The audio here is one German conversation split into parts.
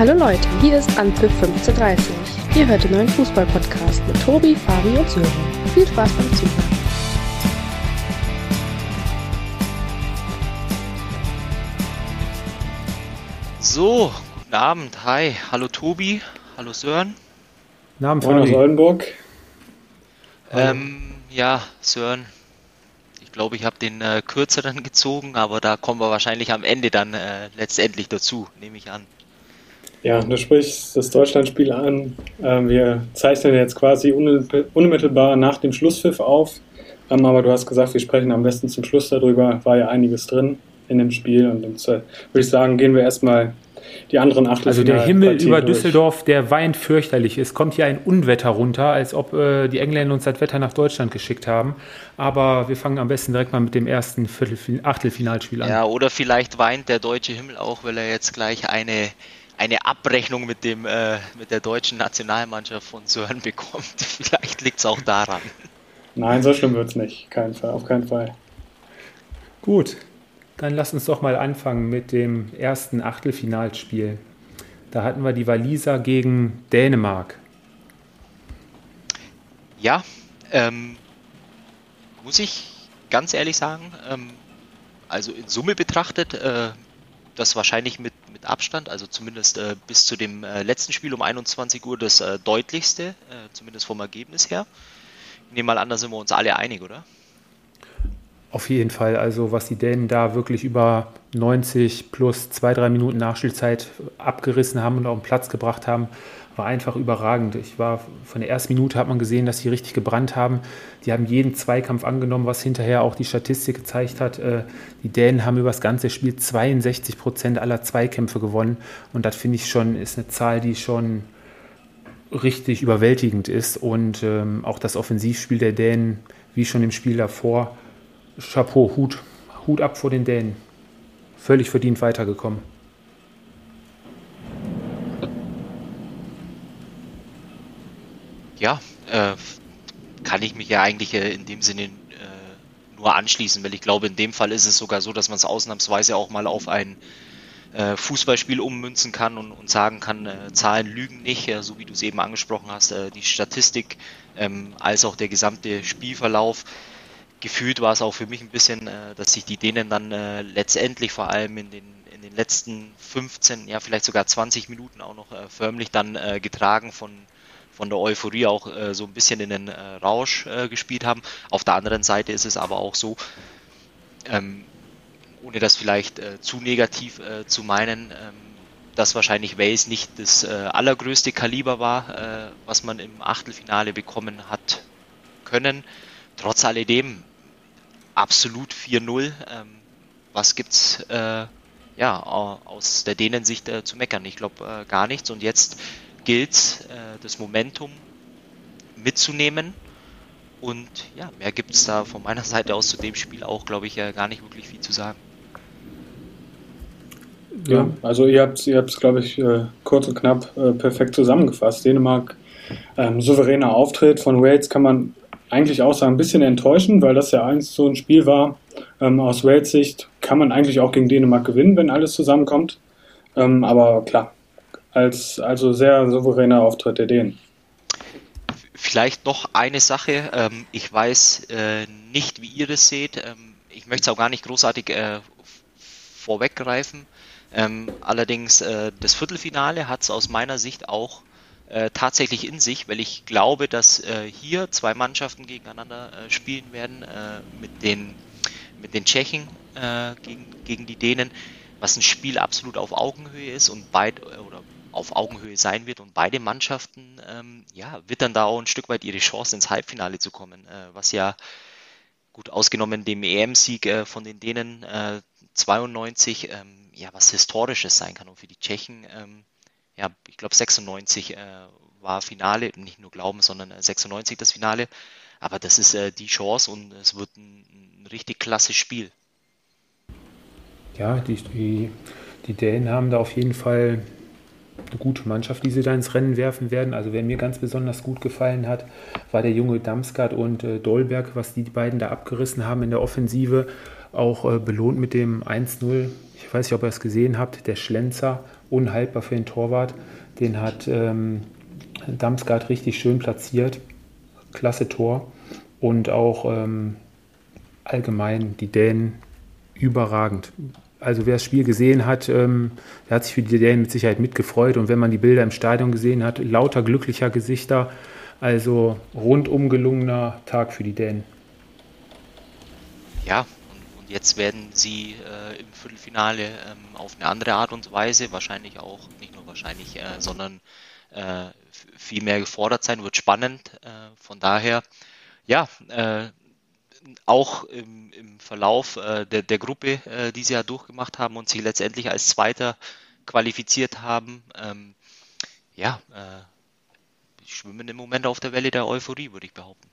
Hallo Leute, hier ist Anpfiff 15:30. Ihr hört den neuen Fußball-Podcast mit Tobi, Fabi und Sören. Viel Spaß beim Zuhören. So, guten Abend, hi, hallo Tobi, hallo Sören. Guten Abend, Moin aus Fabi. Oldenburg. Ja, Sören, ich glaube, ich habe den kürzeren gezogen, aber da kommen wir wahrscheinlich am Ende dann letztendlich dazu, nehme ich an. Ja, du sprichst das Deutschlandspiel an. Wir zeichnen jetzt quasi unmittelbar nach dem Schlusspfiff auf. Aber du hast gesagt, wir sprechen am besten zum Schluss darüber. War ja einiges drin in dem Spiel. Und dann würde ich sagen, gehen wir erstmal die anderen Also Achtelfinalpartien der Himmel über durch. Düsseldorf, der weint fürchterlich. Es kommt hier ein Unwetter runter, als ob die Engländer uns das Wetter nach Deutschland geschickt haben. Aber wir fangen am besten direkt mal mit dem ersten Achtelfinalspiel an. Ja, oder vielleicht weint der deutsche Himmel auch, weil er jetzt gleich eine Abrechnung mit der deutschen Nationalmannschaft von Sören bekommt. Vielleicht liegt es auch daran. Nein, so schlimm wird es nicht. Auf keinen Fall. Gut, dann lass uns doch mal anfangen mit dem ersten Achtelfinalspiel. Da hatten wir die Waliser gegen Dänemark. Ja, muss ich ganz ehrlich sagen, also in Summe betrachtet, das wahrscheinlich mit Abstand, also zumindest bis zu dem letzten Spiel um 21 Uhr das deutlichste, zumindest vom Ergebnis her. Ich nehme mal an, da sind wir uns alle einig, oder? Auf jeden Fall, also was die Dänen da wirklich über 90 plus 2-3 Minuten Nachspielzeit abgerissen haben und auf den Platz gebracht haben, war einfach überragend. Von der ersten Minute hat man gesehen, dass sie richtig gebrannt haben. Die haben jeden Zweikampf angenommen, was hinterher auch die Statistik gezeigt hat. Die Dänen haben über das ganze Spiel 62% aller Zweikämpfe gewonnen. Und das finde ich schon, ist eine Zahl, die schon richtig überwältigend ist. Und auch das Offensivspiel der Dänen, wie schon im Spiel davor, Chapeau, Hut ab vor den Dänen. Völlig verdient weitergekommen. Ja, kann ich mich ja eigentlich in dem Sinne nur anschließen, weil ich glaube, in dem Fall ist es sogar so, dass man es ausnahmsweise auch mal auf ein Fußballspiel ummünzen kann und sagen kann, Zahlen lügen nicht, so wie du es eben angesprochen hast, die Statistik als auch der gesamte Spielverlauf. Gefühlt war es auch für mich ein bisschen, dass sich die Dänen dann letztendlich vor allem in den letzten 15, ja vielleicht sogar 20 Minuten auch noch förmlich dann getragen von der Euphorie auch so ein bisschen in den Rausch gespielt haben. Auf der anderen Seite ist es aber auch so, ohne das vielleicht zu negativ zu meinen, dass wahrscheinlich Wales nicht das allergrößte Kaliber war, was man im Achtelfinale bekommen hat können. Trotz alledem absolut 4-0. Was gibt's aus der Dänensicht zu meckern? Ich glaube gar nichts. Und jetzt gilt das Momentum mitzunehmen. Und ja, mehr gibt es da von meiner Seite aus zu dem Spiel auch, glaube ich, gar nicht wirklich viel zu sagen. Ja, also ihr habt es, glaube ich, kurz und knapp perfekt zusammengefasst. Dänemark, souveräner Auftritt von Wales kann man eigentlich auch sagen, ein bisschen enttäuschend, weil das ja einst so ein Spiel war. Aus Wales Sicht kann man eigentlich auch gegen Dänemark gewinnen, wenn alles zusammenkommt. Aber klar, also sehr souveräner Auftritt der Dänen. Vielleicht noch eine Sache. Ich weiß nicht, wie ihr das seht. Ich möchte es auch gar nicht großartig vorweggreifen. Allerdings das Viertelfinale hat es aus meiner Sicht auch tatsächlich in sich, weil ich glaube, dass hier zwei Mannschaften gegeneinander spielen werden, mit den Tschechen gegen die Dänen, was ein Spiel absolut auf Augenhöhe ist und oder auf Augenhöhe sein wird, und beide Mannschaften wittern da auch ein Stück weit ihre Chance ins Halbfinale zu kommen, was ja gut ausgenommen dem EM-Sieg von den Dänen 92 was Historisches sein kann, und für die Tschechen ich glaube 96 war Finale, nicht nur glauben, sondern 96 das Finale. Aber das ist die Chance, und es wird ein richtig klasse Spiel. Ja, die Dänen haben da auf jeden Fall eine gute Mannschaft, die sie da ins Rennen werfen werden. Also wer mir ganz besonders gut gefallen hat, war der junge Damsgaard und Dolberg, was die beiden da abgerissen haben in der Offensive. Auch belohnt mit dem 1-0. Ich weiß nicht, ob ihr es gesehen habt, der Schlenzer unhaltbar für den Torwart. Den hat Damsgaard richtig schön platziert. Klasse Tor. Und auch allgemein die Dänen überragend. Also wer das Spiel gesehen hat, der hat sich für die Dänen mit Sicherheit mitgefreut. Und wenn man die Bilder im Stadion gesehen hat, lauter glücklicher Gesichter. Also rundum gelungener Tag für die Dänen. Ja, und jetzt werden sie im Viertelfinale auf eine andere Art und Weise, wahrscheinlich auch, nicht nur wahrscheinlich, sondern viel mehr gefordert sein, wird spannend. Von daher, ja, auch im Verlauf der Gruppe, die sie ja durchgemacht haben und sich letztendlich als Zweiter qualifiziert haben, schwimmen im Moment auf der Welle der Euphorie, würde ich behaupten.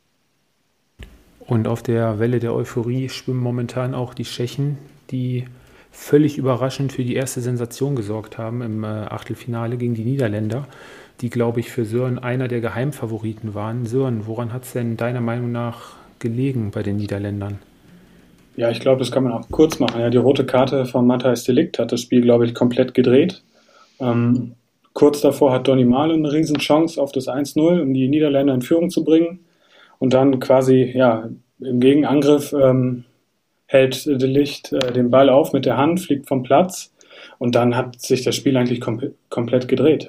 Und auf der Welle der Euphorie schwimmen momentan auch die Tschechen, die völlig überraschend für die erste Sensation gesorgt haben im Achtelfinale gegen die Niederländer, die, glaube ich, für Sören einer der Geheimfavoriten waren. Sören, woran hat es denn deiner Meinung nach gelegen bei den Niederländern? Ja, ich glaube, das kann man auch kurz machen. Ja, die rote Karte von Matthijs de Ligt hat das Spiel, glaube ich, komplett gedreht. Kurz davor hat Donny Malen eine Riesenchance auf das 1-0, um die Niederländer in Führung zu bringen. Und dann quasi ja, im Gegenangriff hält de Ligt den Ball auf mit der Hand, fliegt vom Platz und dann hat sich das Spiel eigentlich komplett gedreht.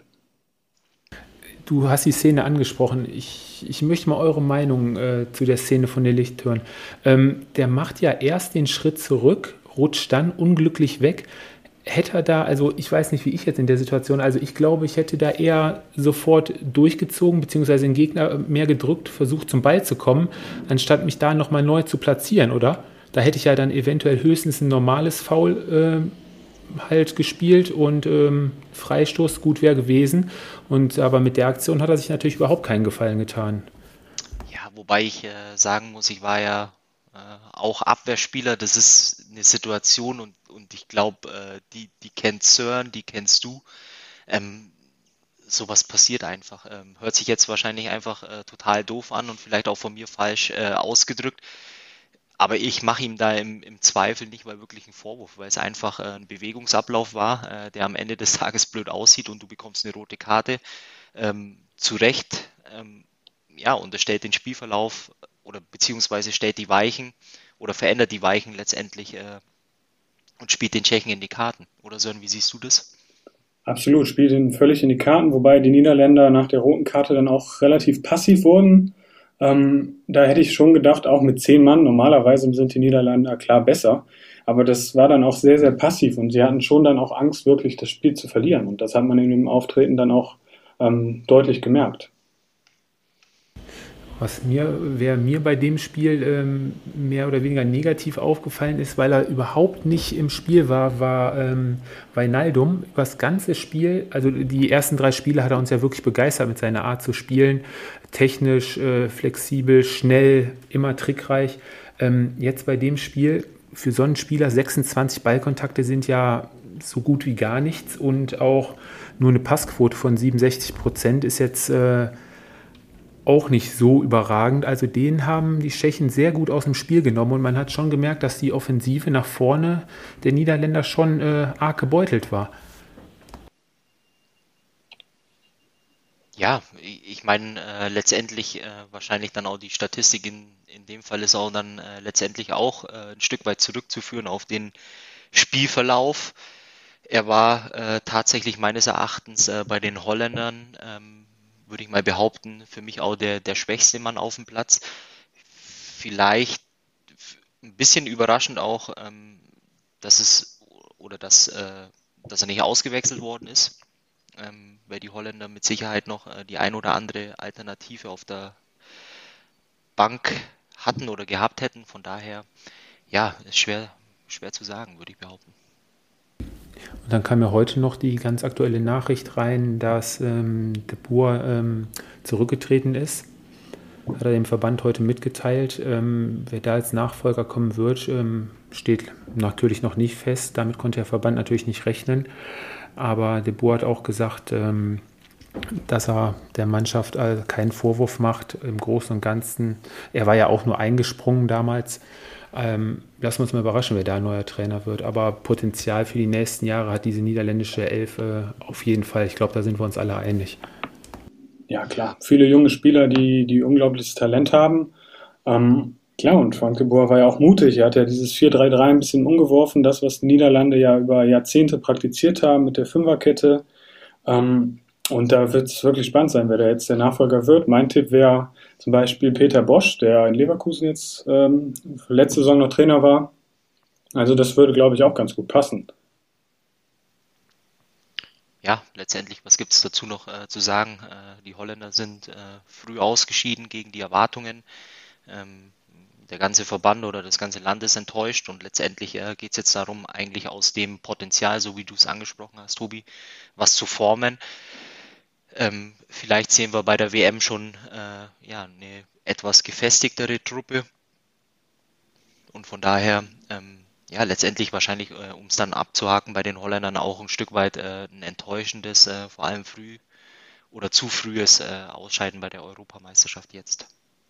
Du hast die Szene angesprochen. Ich möchte mal eure Meinung zu der Szene von de Ligt hören. Der macht ja erst den Schritt zurück, rutscht dann unglücklich weg. Hätte er da, also ich weiß nicht, wie ich jetzt in der Situation, also ich glaube, ich hätte da eher sofort durchgezogen, beziehungsweise den Gegner mehr gedrückt, versucht zum Ball zu kommen, anstatt mich da nochmal neu zu platzieren, oder? Da hätte ich ja dann eventuell höchstens ein normales Foul halt gespielt und Freistoß gut wäre gewesen. Aber mit der Aktion hat er sich natürlich überhaupt keinen Gefallen getan. Ja, wobei ich sagen muss, ich war ja auch Abwehrspieler, das ist eine Situation und ich glaube, die kennt Sören, die kennst du. Sowas passiert einfach. Hört sich jetzt wahrscheinlich einfach total doof an und vielleicht auch von mir falsch ausgedrückt. Aber ich mache ihm da im Zweifel nicht mal wirklich einen Vorwurf, weil es einfach ein Bewegungsablauf war, der am Ende des Tages blöd aussieht und du bekommst eine rote Karte. Zu Recht, und das stellt den Spielverlauf oder beziehungsweise stellt die Weichen oder verändert die Weichen letztendlich und spielt den Tschechen in die Karten. Oder Sören, wie siehst du das? Absolut, spielt ihn völlig in die Karten, wobei die Niederländer nach der roten Karte dann auch relativ passiv wurden. Da hätte ich schon gedacht, auch mit 10 Mann, normalerweise sind die Niederländer klar besser, aber das war dann auch sehr, sehr passiv und sie hatten schon dann auch Angst, wirklich das Spiel zu verlieren und das hat man in dem Auftreten dann auch deutlich gemerkt. Wer mir bei dem Spiel mehr oder weniger negativ aufgefallen ist, weil er überhaupt nicht im Spiel war Wijnaldum. Über das ganze Spiel, also die ersten 3 Spiele hat er uns ja wirklich begeistert mit seiner Art zu spielen. Technisch, flexibel, schnell, immer trickreich. Jetzt bei dem Spiel, für so einen Spieler 26 Ballkontakte sind ja so gut wie gar nichts und auch nur eine Passquote von 67% ist jetzt auch nicht so überragend. Also den haben die Tschechen sehr gut aus dem Spiel genommen und man hat schon gemerkt, dass die Offensive nach vorne der Niederländer schon arg gebeutelt war. Ja, ich meine, letztendlich wahrscheinlich dann auch die Statistik in dem Fall ist auch dann letztendlich auch ein Stück weit zurückzuführen auf den Spielverlauf. Er war tatsächlich meines Erachtens bei den Holländern würde ich mal behaupten, für mich auch der schwächste Mann auf dem Platz. Vielleicht ein bisschen überraschend auch, dass er nicht ausgewechselt worden ist, weil die Holländer mit Sicherheit noch die ein oder andere Alternative auf der Bank hatten oder gehabt hätten. Von daher, ja, ist schwer zu sagen, würde ich behaupten. Und dann kam ja heute noch die ganz aktuelle Nachricht rein, dass de Boer zurückgetreten ist. Hat er dem Verband heute mitgeteilt. Wer da als Nachfolger kommen wird, steht natürlich noch nicht fest. Damit konnte der Verband natürlich nicht rechnen. Aber de Boer hat auch gesagt, dass er der Mannschaft keinen Vorwurf macht im Großen und Ganzen. Er war ja auch nur eingesprungen damals. Lassen wir uns mal überraschen, wer da neuer Trainer wird. Aber Potenzial für die nächsten Jahre hat diese niederländische Elf auf jeden Fall. Ich glaube, da sind wir uns alle einig. Ja, klar. Viele junge Spieler, die unglaubliches Talent haben. Klar, und Frank de Boer war ja auch mutig. Er hat ja dieses 4-3-3 ein bisschen umgeworfen, das, was die Niederlande ja über Jahrzehnte praktiziert haben mit der Fünferkette. Und da wird es wirklich spannend sein, wer da jetzt der Nachfolger wird. Mein Tipp wäre zum Beispiel Peter Bosch, der in Leverkusen jetzt letzte Saison noch Trainer war. Also das würde, glaube ich, auch ganz gut passen. Ja, letztendlich, was gibt es dazu noch zu sagen? Die Holländer sind früh ausgeschieden gegen die Erwartungen. Der ganze Verband oder das ganze Land ist enttäuscht und letztendlich geht es jetzt darum, eigentlich aus dem Potenzial, so wie du es angesprochen hast, Tobi, was zu formen. Vielleicht sehen wir bei der WM schon eine etwas gefestigtere Truppe und von daher letztendlich wahrscheinlich, um es dann abzuhaken, bei den Holländern auch ein Stück weit ein enttäuschendes, vor allem früh oder zu frühes Ausscheiden bei der Europameisterschaft jetzt.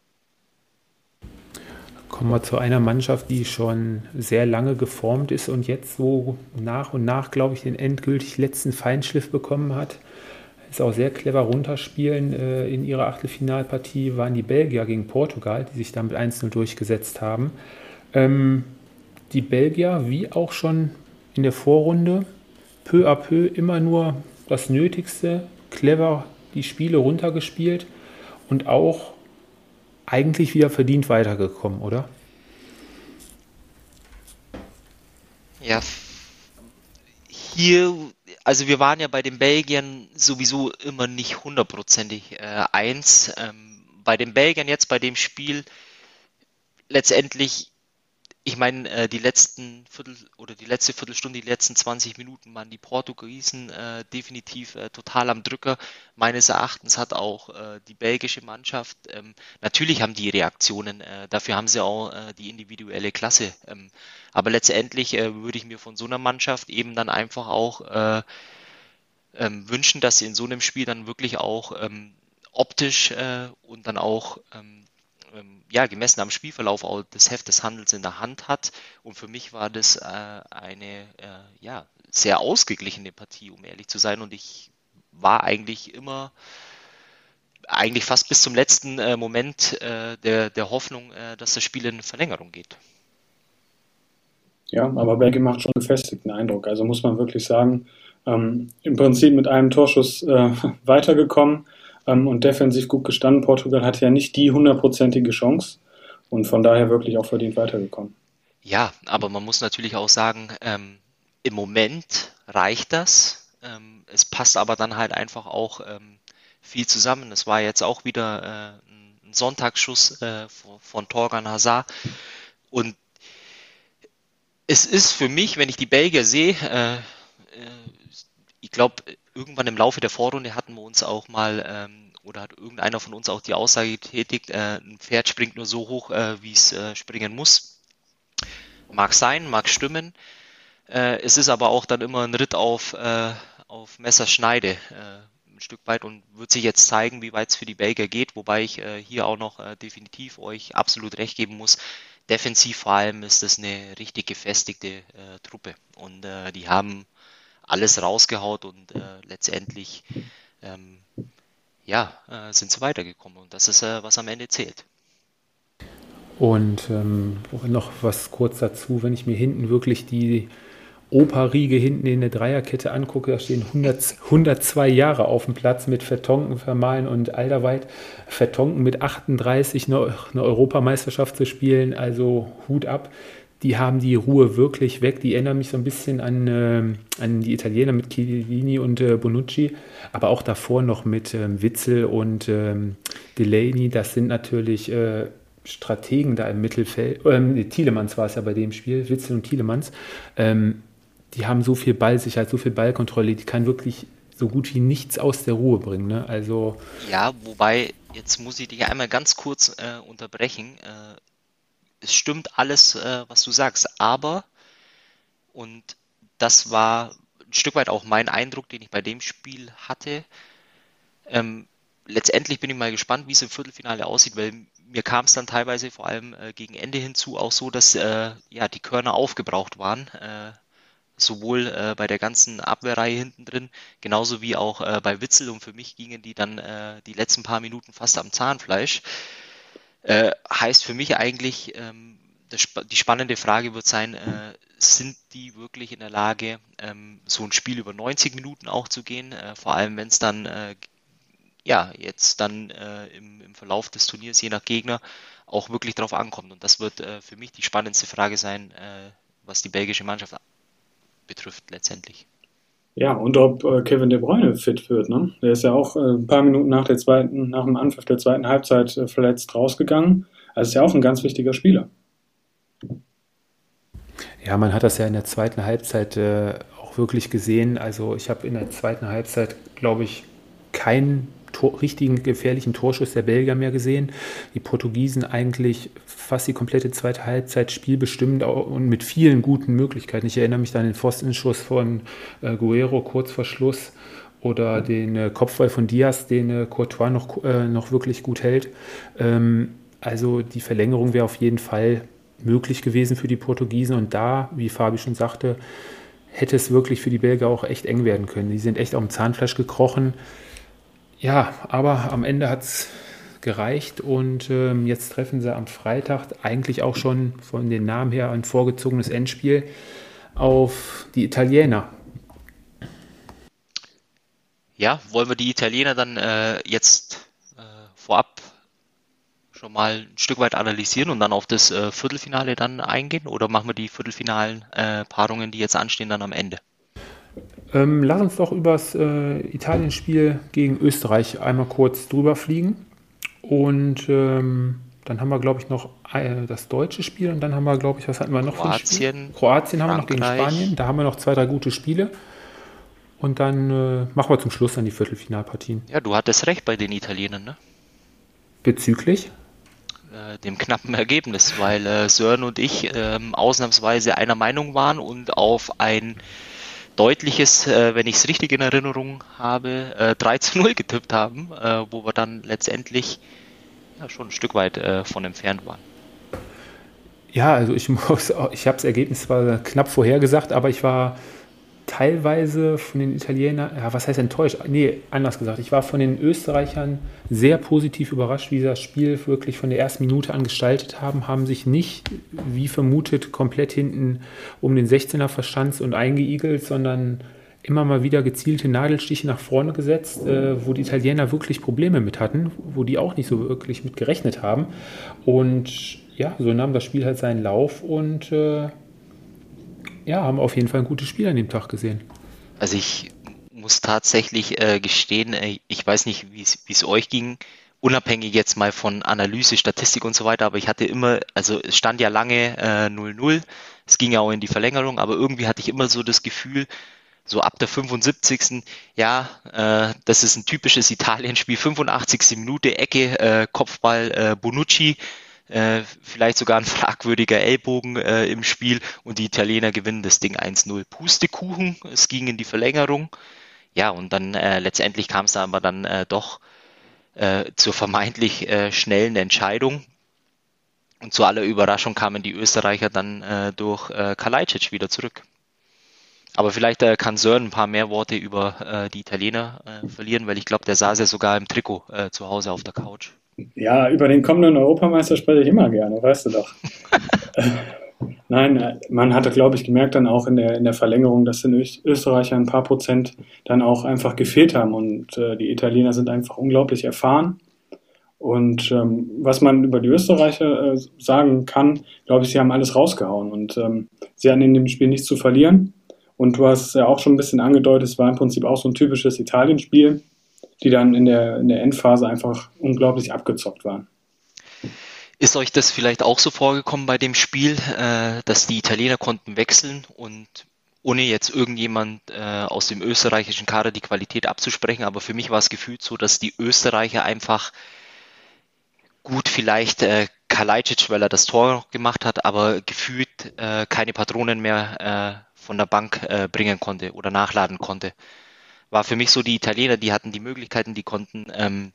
Kommen wir zu einer Mannschaft, die schon sehr lange geformt ist und jetzt so nach und nach, glaube ich, den endgültig letzten Feinschliff bekommen hat. Ist auch sehr clever runterspielen. In ihrer Achtelfinalpartie waren die Belgier gegen Portugal, die sich damit 1-0 durchgesetzt haben. Die Belgier, wie auch schon in der Vorrunde, peu à peu immer nur das Nötigste, clever die Spiele runtergespielt und auch eigentlich wieder verdient weitergekommen, oder? Ja, hier, also wir waren ja bei den Belgiern sowieso immer nicht hundertprozentig eins. Bei den Belgiern jetzt bei dem Spiel letztendlich, ich meine, die letzte Viertelstunde, die letzten 20 Minuten waren die Portugiesen definitiv total am Drücker. Meines Erachtens hat auch die belgische Mannschaft, natürlich haben die Reaktionen, dafür haben sie auch die individuelle Klasse. Aber letztendlich würde ich mir von so einer Mannschaft eben dann einfach auch wünschen, dass sie in so einem Spiel dann wirklich auch optisch und dann auch gemessen am Spielverlauf auch das Heft des Handels in der Hand hat. Und für mich war das eine sehr ausgeglichene Partie, um ehrlich zu sein. Und ich war eigentlich fast bis zum letzten Moment der Hoffnung, dass das Spiel in Verlängerung geht. Ja, aber Belgien macht schon einen gefestigten Eindruck. Also muss man wirklich sagen, im Prinzip mit einem Torschuss weitergekommen und defensiv gut gestanden. Portugal hatte ja nicht die hundertprozentige Chance und von daher wirklich auch verdient weitergekommen. Ja, aber man muss natürlich auch sagen, im Moment reicht das. Es passt aber dann halt einfach auch viel zusammen. Es war jetzt auch wieder ein Sonntagsschuss von Thorgan Hazard und es ist für mich, wenn ich die Belgier sehe, ich glaube, irgendwann im Laufe der Vorrunde hatten wir uns auch mal, oder hat irgendeiner von uns auch die Aussage getätigt, ein Pferd springt nur so hoch, wie es springen muss. Mag sein, mag stimmen. Es ist aber auch dann immer ein Ritt auf Messerschneide, ein Stück weit und wird sich jetzt zeigen, wie weit es für die Belgier geht, wobei ich hier auch noch definitiv euch absolut recht geben muss. Defensiv vor allem ist das eine richtig gefestigte Truppe und die haben alles rausgehaut und letztendlich sind sie weitergekommen und das ist was am Ende zählt. Und noch was kurz dazu, wenn ich mir hinten wirklich die Operriege hinten in der Dreierkette angucke, da stehen 102 Jahre auf dem Platz mit Vertonken, Vermaelen und Alderweireld. Vertonken mit 38 eine Europameisterschaft zu spielen, also Hut ab. Die haben die Ruhe wirklich weg. Die erinnern mich so ein bisschen an die Italiener mit Chiellini und Bonucci, aber auch davor noch mit Witsel und Delaney. Das sind natürlich Strategen da im Mittelfeld. Tielemans war es ja bei dem Spiel, Witsel und Tielemans. Die haben so viel Ballsicherheit, so viel Ballkontrolle, die kann wirklich so gut wie nichts aus der Ruhe bringen. Ne? Also ja, wobei, jetzt muss ich dich einmal ganz kurz unterbrechen. Es stimmt alles, was du sagst, aber, und das war ein Stück weit auch mein Eindruck, den ich bei dem Spiel hatte, Letztendlich bin ich mal gespannt, wie es im Viertelfinale aussieht, weil mir kam es dann teilweise vor allem gegen Ende hinzu auch so, dass die Körner aufgebraucht waren, sowohl bei der ganzen Abwehrreihe hinten drin, genauso wie auch bei Witsel, und für mich gingen die dann die letzten paar Minuten fast am Zahnfleisch. Heißt für mich eigentlich, die spannende Frage wird sein, sind die wirklich in der Lage, so ein Spiel über 90 Minuten auch zu gehen, vor allem wenn es dann jetzt dann im Verlauf des Turniers, je nach Gegner, auch wirklich drauf ankommt. Und das wird für mich die spannendste Frage sein, was die belgische Mannschaft betrifft letztendlich. Ja, und ob Kevin De Bruyne fit wird, ne? Der ist ja auch ein paar Minuten nach dem Anpfiff der zweiten Halbzeit verletzt rausgegangen. Also ist ja auch ein ganz wichtiger Spieler. Ja, man hat das ja in der zweiten Halbzeit auch wirklich gesehen. Also ich habe in der zweiten Halbzeit, glaube ich, keinen richtigen gefährlichen Torschuss der Belgier mehr gesehen. Die Portugiesen eigentlich fast die komplette zweite Halbzeit spielbestimmt und mit vielen guten Möglichkeiten. Ich erinnere mich da an den Pfostenschuss von Guerrero kurz vor Schluss oder den Kopfball von Diaz, den Courtois noch wirklich gut hält. Also die Verlängerung wäre auf jeden Fall möglich gewesen für die Portugiesen, und da, wie Fabi schon sagte, hätte es wirklich für die Belgier auch echt eng werden können. Die sind echt auf dem Zahnfleisch gekrochen. Ja, aber am Ende hat es gereicht, und jetzt treffen sie am Freitag, eigentlich auch schon von den Namen her ein vorgezogenes Endspiel, auf die Italiener. Ja, wollen wir die Italiener dann jetzt vorab schon mal ein Stück weit analysieren und dann auf das Viertelfinale dann eingehen, oder machen wir die viertelfinalen Paarungen, die jetzt anstehen, dann am Ende? Lass uns doch über das Italien-Spiel gegen Österreich einmal kurz drüber fliegen. Und dann haben wir, glaube ich, noch das deutsche Spiel. Und dann haben wir, glaube ich, was hatten wir noch für ein Spiel? Kroatien haben wir noch gegen Spanien. Da haben wir noch 2, 3 gute Spiele. Und dann machen wir zum Schluss dann die Viertelfinalpartien. Ja, du hattest recht bei den Italienern, ne? Bezüglich? Dem knappen Ergebnis, weil Sören und ich ausnahmsweise einer Meinung waren und auf ein deutliches, wenn ich es richtig in Erinnerung habe, 3:0 getippt haben, wo wir dann letztendlich schon ein Stück weit von entfernt waren. Ja, also ich habe das Ergebnis zwar knapp vorhergesagt, aber ich war teilweise von den Italienern, ja, was heißt enttäuscht? Nee, anders gesagt, ich war von den Österreichern sehr positiv überrascht, wie sie das Spiel wirklich von der ersten Minute an gestaltet haben sich nicht, wie vermutet, komplett hinten um den 16er verschanzt und eingeigelt, sondern immer mal wieder gezielte Nadelstiche nach vorne gesetzt, wo die Italiener wirklich Probleme mit hatten, wo die auch nicht so wirklich mit gerechnet haben. Und ja, so nahm das Spiel halt seinen Lauf, und haben auf jeden Fall ein gutes Spiel an dem Tag gesehen. Also ich muss tatsächlich gestehen, ich weiß nicht, wie es euch ging, unabhängig jetzt mal von Analyse, Statistik und so weiter, aber ich hatte immer, also es stand ja lange 0:0, es ging ja auch in die Verlängerung, aber irgendwie hatte ich immer so das Gefühl, so ab der 75. Das ist ein typisches Italien-Spiel, 85. Minute, Ecke, Kopfball, Bonucci, vielleicht sogar ein fragwürdiger Ellbogen im Spiel, und die Italiener gewinnen das Ding 1:0. Pustekuchen, es ging in die Verlängerung. Ja, und dann letztendlich kam es aber dann doch zur vermeintlich schnellen Entscheidung. Und zu aller Überraschung kamen die Österreicher dann durch Kalajdzic wieder zurück. Aber vielleicht kann Sören ein paar mehr Worte über die Italiener verlieren, weil ich glaube, der saß ja sogar im Trikot zu Hause auf der Couch. Ja, über den kommenden Europameister spreche ich immer gerne, weißt du doch. Nein, man hatte, glaube ich, gemerkt dann auch in der Verlängerung, dass den Österreichern ein paar Prozent dann auch einfach gefehlt haben, und die Italiener sind einfach unglaublich erfahren. Und was man über die Österreicher sagen kann, glaube ich, sie haben alles rausgehauen, und sie hatten in dem Spiel nichts zu verlieren. Und du hast es ja auch schon ein bisschen angedeutet, es war im Prinzip auch so ein typisches Italien-Spiel, die dann in der Endphase einfach unglaublich abgezockt waren. Ist euch das vielleicht auch so vorgekommen bei dem Spiel, dass die Italiener konnten wechseln, und ohne jetzt irgendjemand aus dem österreichischen Kader die Qualität abzusprechen, aber für mich war es gefühlt so, dass die Österreicher einfach gut, vielleicht Kalajdzic, weil er das Tor noch gemacht hat, aber gefühlt keine Patronen mehr von der Bank bringen konnte oder nachladen konnte. war für mich so, die Italiener, die hatten die Möglichkeiten, die konnten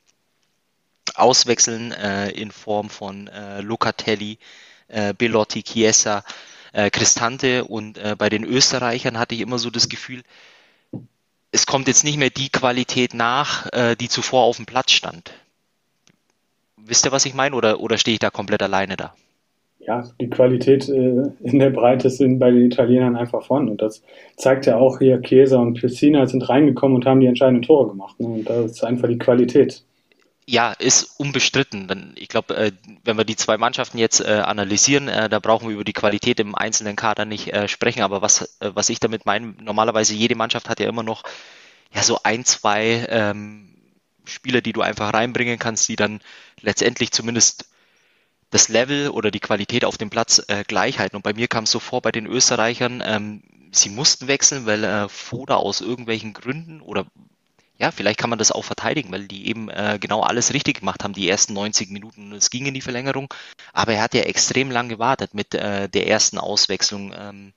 auswechseln in Form von Locatelli, Belotti, Chiesa, Cristante, und bei den Österreichern hatte ich immer so das Gefühl, es kommt jetzt nicht mehr die Qualität nach, die zuvor auf dem Platz stand. Wisst ihr, was ich meine, oder stehe ich da komplett alleine da? Ja, die Qualität in der Breite sind bei den Italienern einfach vorhanden. Und das zeigt ja auch hier, Chiesa und Pessina sind reingekommen und haben die entscheidenden Tore gemacht. Ne? Und das ist einfach die Qualität. Ja, ist unbestritten. Ich glaube, wenn wir die zwei Mannschaften jetzt analysieren, da brauchen wir über die Qualität im einzelnen Kader nicht sprechen. Aber was ich damit meine, normalerweise jede Mannschaft hat ja immer noch ja so ein, zwei Spieler, die du einfach reinbringen kannst, die dann letztendlich zumindest das Level oder die Qualität auf dem Platz gleich halten. Und bei mir kam es so vor, bei den Österreichern, sie mussten wechseln, weil Foda aus irgendwelchen Gründen, oder ja, vielleicht kann man das auch verteidigen, weil die eben genau alles richtig gemacht haben, die ersten 90 Minuten. Es ging in die Verlängerung, aber er hat ja extrem lang gewartet mit der ersten Auswechslung.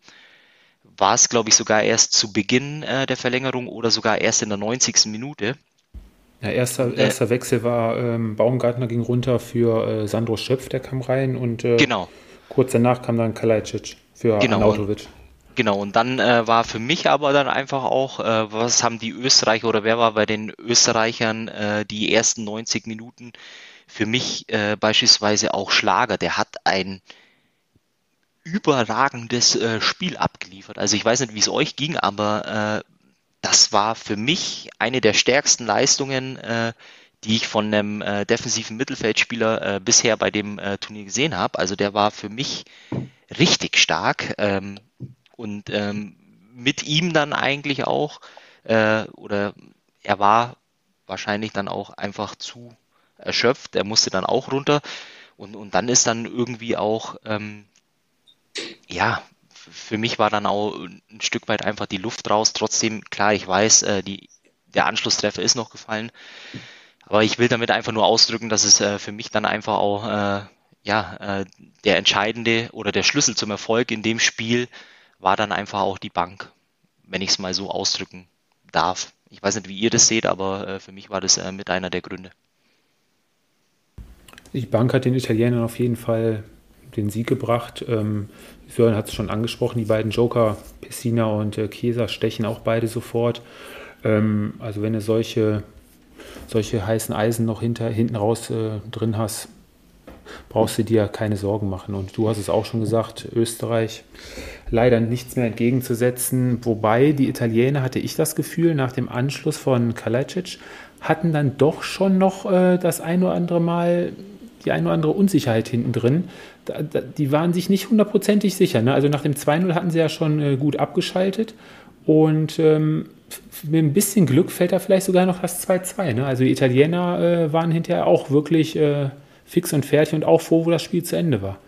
War es, glaube ich, sogar erst zu Beginn der Verlängerung oder sogar erst in der 90. Minute. Ja, erster Wechsel war, Baumgartner ging runter für Sandro Schöpf, der kam rein, und Genau. kurz danach kam dann Kalajdzic für Arnautovic. Genau, und dann war für mich aber dann einfach auch, was haben die Österreicher oder wer war bei den Österreichern die ersten 90 Minuten für mich beispielsweise auch Schlager. Der hat ein überragendes Spiel abgeliefert. Also ich weiß nicht, wie es euch ging, aber das war für mich eine der stärksten Leistungen, die ich von einem defensiven Mittelfeldspieler bisher bei dem Turnier gesehen habe. Also der war für mich richtig stark. Und mit ihm dann eigentlich auch, oder er war wahrscheinlich dann auch einfach zu erschöpft, er musste dann auch runter, und dann ist dann irgendwie auch, ja, für mich war dann auch ein Stück weit einfach die Luft raus. Trotzdem, klar, ich weiß, der Anschlusstreffer ist noch gefallen, aber ich will damit einfach nur ausdrücken, dass es für mich dann einfach auch der entscheidende oder der Schlüssel zum Erfolg in dem Spiel war dann einfach auch die Bank, wenn ich es mal so ausdrücken darf. Ich weiß nicht, wie ihr das seht, aber für mich war das mit einer der Gründe. Die Bank hat den Italienern auf jeden Fall den Sieg gebracht. Sören hat es schon angesprochen, die beiden Joker, Pessina und Chiesa, stechen auch beide sofort. Also wenn du solche heißen Eisen noch hinten raus drin hast, brauchst du dir keine Sorgen machen. Und du hast es auch schon gesagt, Österreich leider nichts mehr entgegenzusetzen. Wobei die Italiener, hatte ich das Gefühl, nach dem Anschluss von Kalajdzic, hatten dann doch schon noch das ein oder andere Mal die eine oder andere Unsicherheit hinten drin. Die waren sich nicht hundertprozentig sicher. Ne? Also nach dem 2-0 hatten sie ja schon gut abgeschaltet. Und mit ein bisschen Glück fällt da vielleicht sogar noch das 2-2. Ne? Also die Italiener waren hinterher auch wirklich fix und fertig und auch froh, wo das Spiel zu Ende war.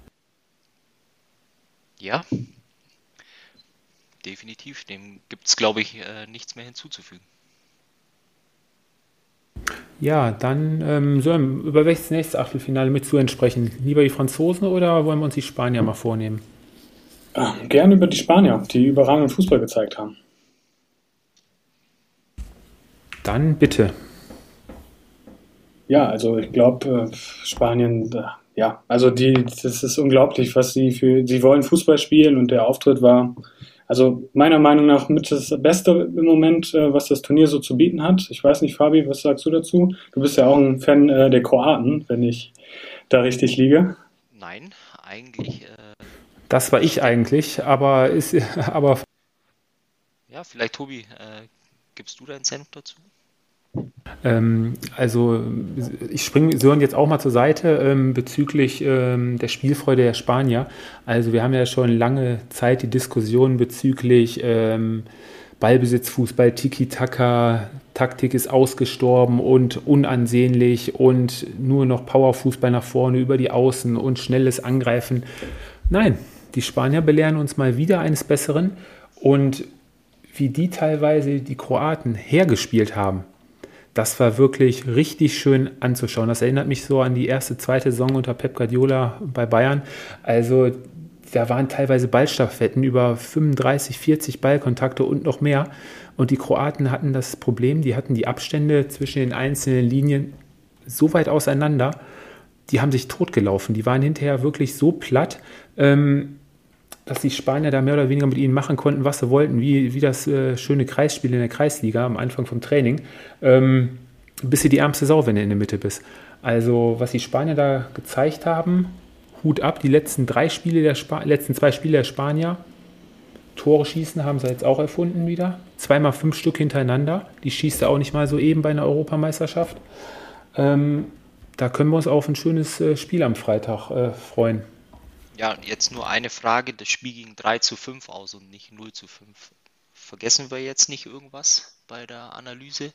Ja, definitiv. Dem gibt es, glaube ich, nichts mehr hinzuzufügen. Ja, dann Sören, über welches nächste Achtelfinale möchtest du entsprechen? Lieber die Franzosen oder wollen wir uns die Spanier mal vornehmen? Gerne über die Spanier, die überragenden Fußball gezeigt haben. Dann bitte. Ja, also ich glaube, Spanien, das ist unglaublich, sie wollen Fußball spielen, und der Auftritt war, also meiner Meinung nach, mit das Beste im Moment, was das Turnier so zu bieten hat. Ich weiß nicht, Fabi, was sagst du dazu? Du bist ja auch ein Fan der Kroaten, wenn ich da richtig liege. Nein, eigentlich. Das war ich eigentlich, aber Ja, vielleicht, Tobi, gibst du deinen Senf dazu? Also ich springe Sören jetzt auch mal zur Seite bezüglich der Spielfreude der Spanier. Also wir haben ja schon lange Zeit die Diskussion bezüglich Ballbesitzfußball, Tiki-Taka, Taktik ist ausgestorben und unansehnlich und nur noch Powerfußball nach vorne über die Außen und schnelles Angreifen. Nein, die Spanier belehren uns mal wieder eines Besseren, und wie die teilweise die Kroaten hergespielt haben, das war wirklich richtig schön anzuschauen. Das erinnert mich so an die zweite Saison unter Pep Guardiola bei Bayern. Also da waren teilweise Ballstaffetten über 35, 40 Ballkontakte und noch mehr. Und die Kroaten hatten das Problem, die hatten die Abstände zwischen den einzelnen Linien so weit auseinander, die haben sich totgelaufen. Die waren hinterher wirklich so platt, dass die Spanier da mehr oder weniger mit ihnen machen konnten, was sie wollten, wie das schöne Kreisspiel in der Kreisliga am Anfang vom Training, bis sie die ärmste Sau, wenn du in der Mitte bist. Also was die Spanier da gezeigt haben, Hut ab, die letzten zwei Spiele der Spanier, Tore schießen haben sie jetzt auch erfunden wieder. 2x5 Stück hintereinander, die schießt er auch nicht mal so eben bei einer Europameisterschaft. Da können wir uns auf ein schönes Spiel am Freitag freuen. Ja, jetzt nur eine Frage. Das Spiel ging 3:5 aus und nicht 0:5. Vergessen wir jetzt nicht irgendwas bei der Analyse?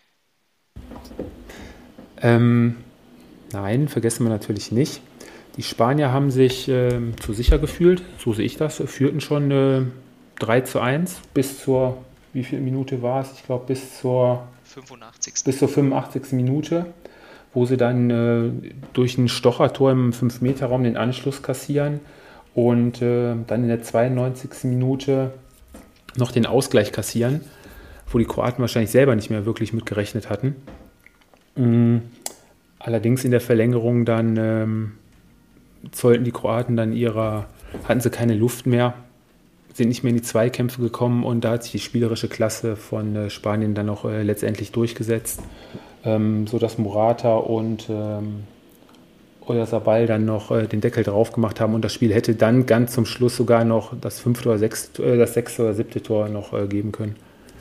Nein, vergessen wir natürlich nicht. Die Spanier haben sich zu sicher gefühlt, so sehe ich das, führten schon 3:1 bis zur, wie viel Minute war es? Ich glaube bis zur 85. Minute, wo sie dann durch ein Stochertor im 5-Meter-Raum den Anschluss kassieren und dann in der 92. Minute noch den Ausgleich kassieren, wo die Kroaten wahrscheinlich selber nicht mehr wirklich mit gerechnet hatten. Allerdings in der Verlängerung dann zollten die Kroaten dann hatten sie keine Luft mehr, sind nicht mehr in die Zweikämpfe gekommen und da hat sich die spielerische Klasse von Spanien dann auch letztendlich durchgesetzt, sodass Morata und Oyarzabal dann noch den Deckel drauf gemacht haben und das Spiel hätte dann ganz zum Schluss sogar noch das 5. oder 6. das 6. oder 7. Tor noch geben können.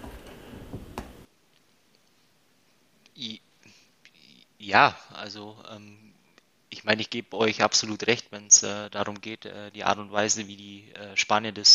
Ja, also ich meine, ich gebe euch absolut recht, wenn es darum geht, die Art und Weise, wie die Spanier das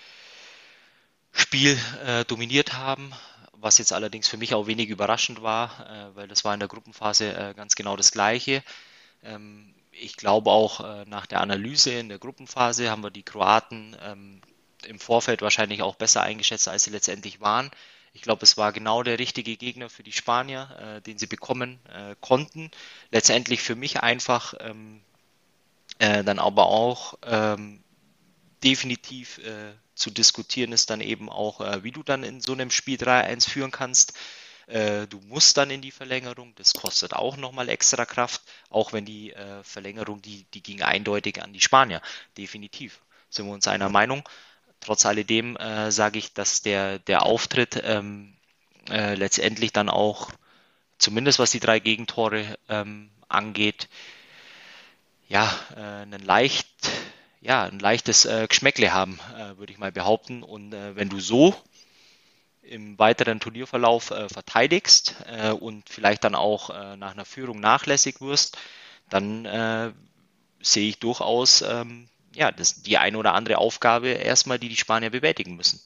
Spiel dominiert haben, was jetzt allerdings für mich auch wenig überraschend war, weil das war in der Gruppenphase ganz genau das Gleiche. Ich glaube auch nach der Analyse in der Gruppenphase haben wir die Kroaten im Vorfeld wahrscheinlich auch besser eingeschätzt, als sie letztendlich waren. Ich glaube, es war genau der richtige Gegner für die Spanier, den sie bekommen konnten. Letztendlich für mich einfach dann aber auch definitiv zu diskutieren ist dann eben auch, wie du dann in so einem Spiel 3:1 führen kannst. Du musst dann in die Verlängerung, das kostet auch nochmal extra Kraft, auch wenn die Verlängerung, die ging eindeutig an die Spanier, definitiv, sind wir uns einer Meinung. Trotz alledem sage ich, dass der Auftritt letztendlich dann auch, zumindest was die 3 Gegentore angeht, ja, ein leichtes Geschmäckle haben, würde ich mal behaupten. Und wenn du so im weiteren Turnierverlauf verteidigst und vielleicht dann auch nach einer Führung nachlässig wirst, dann sehe ich durchaus die eine oder andere Aufgabe erstmal, die Spanier bewältigen müssen.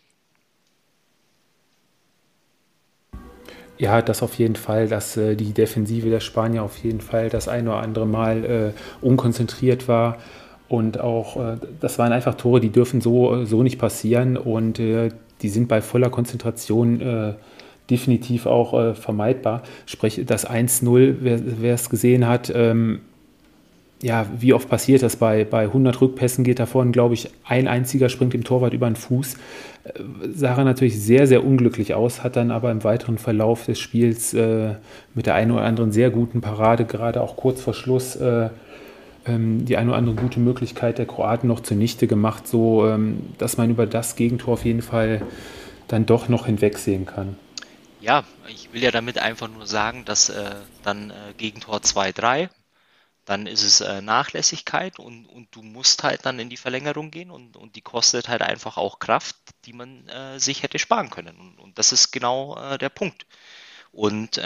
Ja, das auf jeden Fall, dass die Defensive der Spanier auf jeden Fall das ein oder andere Mal unkonzentriert war und auch, das waren einfach Tore, die dürfen so nicht passieren und die sind bei voller Konzentration definitiv auch vermeidbar. Sprich, das 1:0, wer es gesehen hat, wie oft passiert das? Bei 100 Rückpässen geht davon, glaube ich, ein einziger springt dem Torwart über den Fuß. Sah er natürlich sehr, sehr unglücklich aus, hat dann aber im weiteren Verlauf des Spiels mit der einen oder anderen sehr guten Parade, gerade auch kurz vor Schluss, die eine oder andere gute Möglichkeit der Kroaten noch zunichte gemacht, so dass man über das Gegentor auf jeden Fall dann doch noch hinwegsehen kann. Ja, ich will ja damit einfach nur sagen, dass dann Gegentor 2-3, dann ist es Nachlässigkeit und du musst halt dann in die Verlängerung gehen und die kostet halt einfach auch Kraft, die man sich hätte sparen können. Und das ist genau der Punkt. Und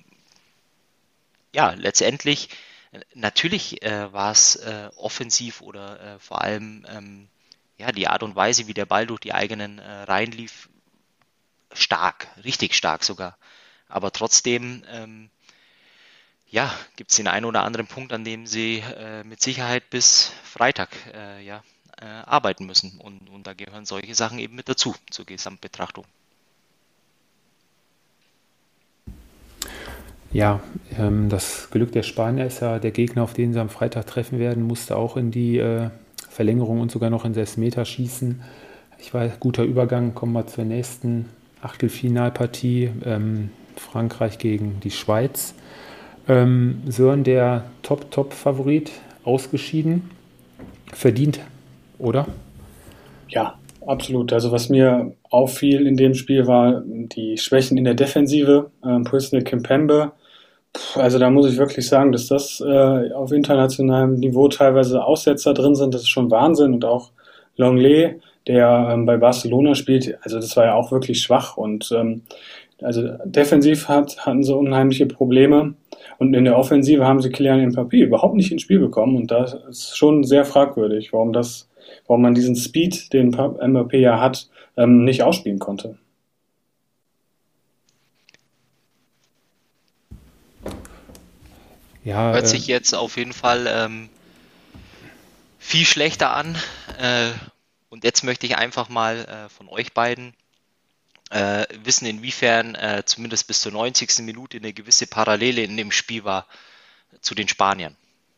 letztendlich, natürlich war es offensiv oder vor allem die Art und Weise, wie der Ball durch die eigenen Reihen lief, stark, richtig stark sogar. Aber trotzdem gibt es den einen oder anderen Punkt, an dem sie mit Sicherheit bis Freitag arbeiten müssen. Und da gehören solche Sachen eben mit dazu, zur Gesamtbetrachtung. Ja, das Glück der Spanier ist ja, der Gegner, auf den sie am Freitag treffen werden, musste auch in die Verlängerung und sogar noch ins Elfmeterschießen. Ich weiß, guter Übergang, kommen wir zur nächsten Achtelfinalpartie, Frankreich gegen die Schweiz. Sören, der Top-Favorit, ausgeschieden, verdient, oder? Ja, absolut. Also was mir auffiel in dem Spiel war die Schwächen in der Defensive. Presnel Kimpembe, also da muss ich wirklich sagen, dass das auf internationalem Niveau teilweise Aussetzer drin sind. Das ist schon Wahnsinn. Und auch Longley, der bei Barcelona spielt, also das war ja auch wirklich schwach. Und also defensiv hatten sie unheimliche Probleme. Und in der Offensive haben sie Kylian Mbappé überhaupt nicht ins Spiel bekommen. Und das ist schon sehr fragwürdig, warum man diesen Speed, den Mbappé ja hat, nicht ausspielen konnte. Ja, Hört sich jetzt auf jeden Fall viel schlechter an. Und jetzt möchte ich einfach mal von euch beiden wissen, inwiefern zumindest bis zur 90. Minute eine gewisse Parallele in dem Spiel war zu den Spaniern.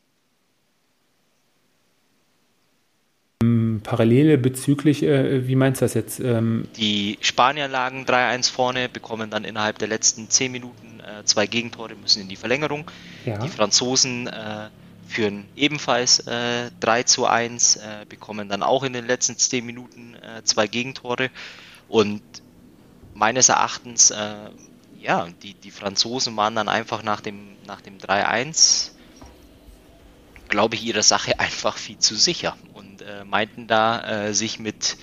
Parallele bezüglich, wie meinst du das jetzt? Die Spanier lagen 3-1 vorne, bekommen dann innerhalb der letzten 10 Minuten 2 Gegentore, müssen in die Verlängerung. Ja. Die Franzosen führen ebenfalls 3-1, bekommen dann auch in den letzten 10 Minuten 2 Gegentore. Und meines Erachtens, die Franzosen waren dann einfach nach dem 3-1, glaube ich, ihrer Sache einfach viel zu sicher und meinten da, sich mit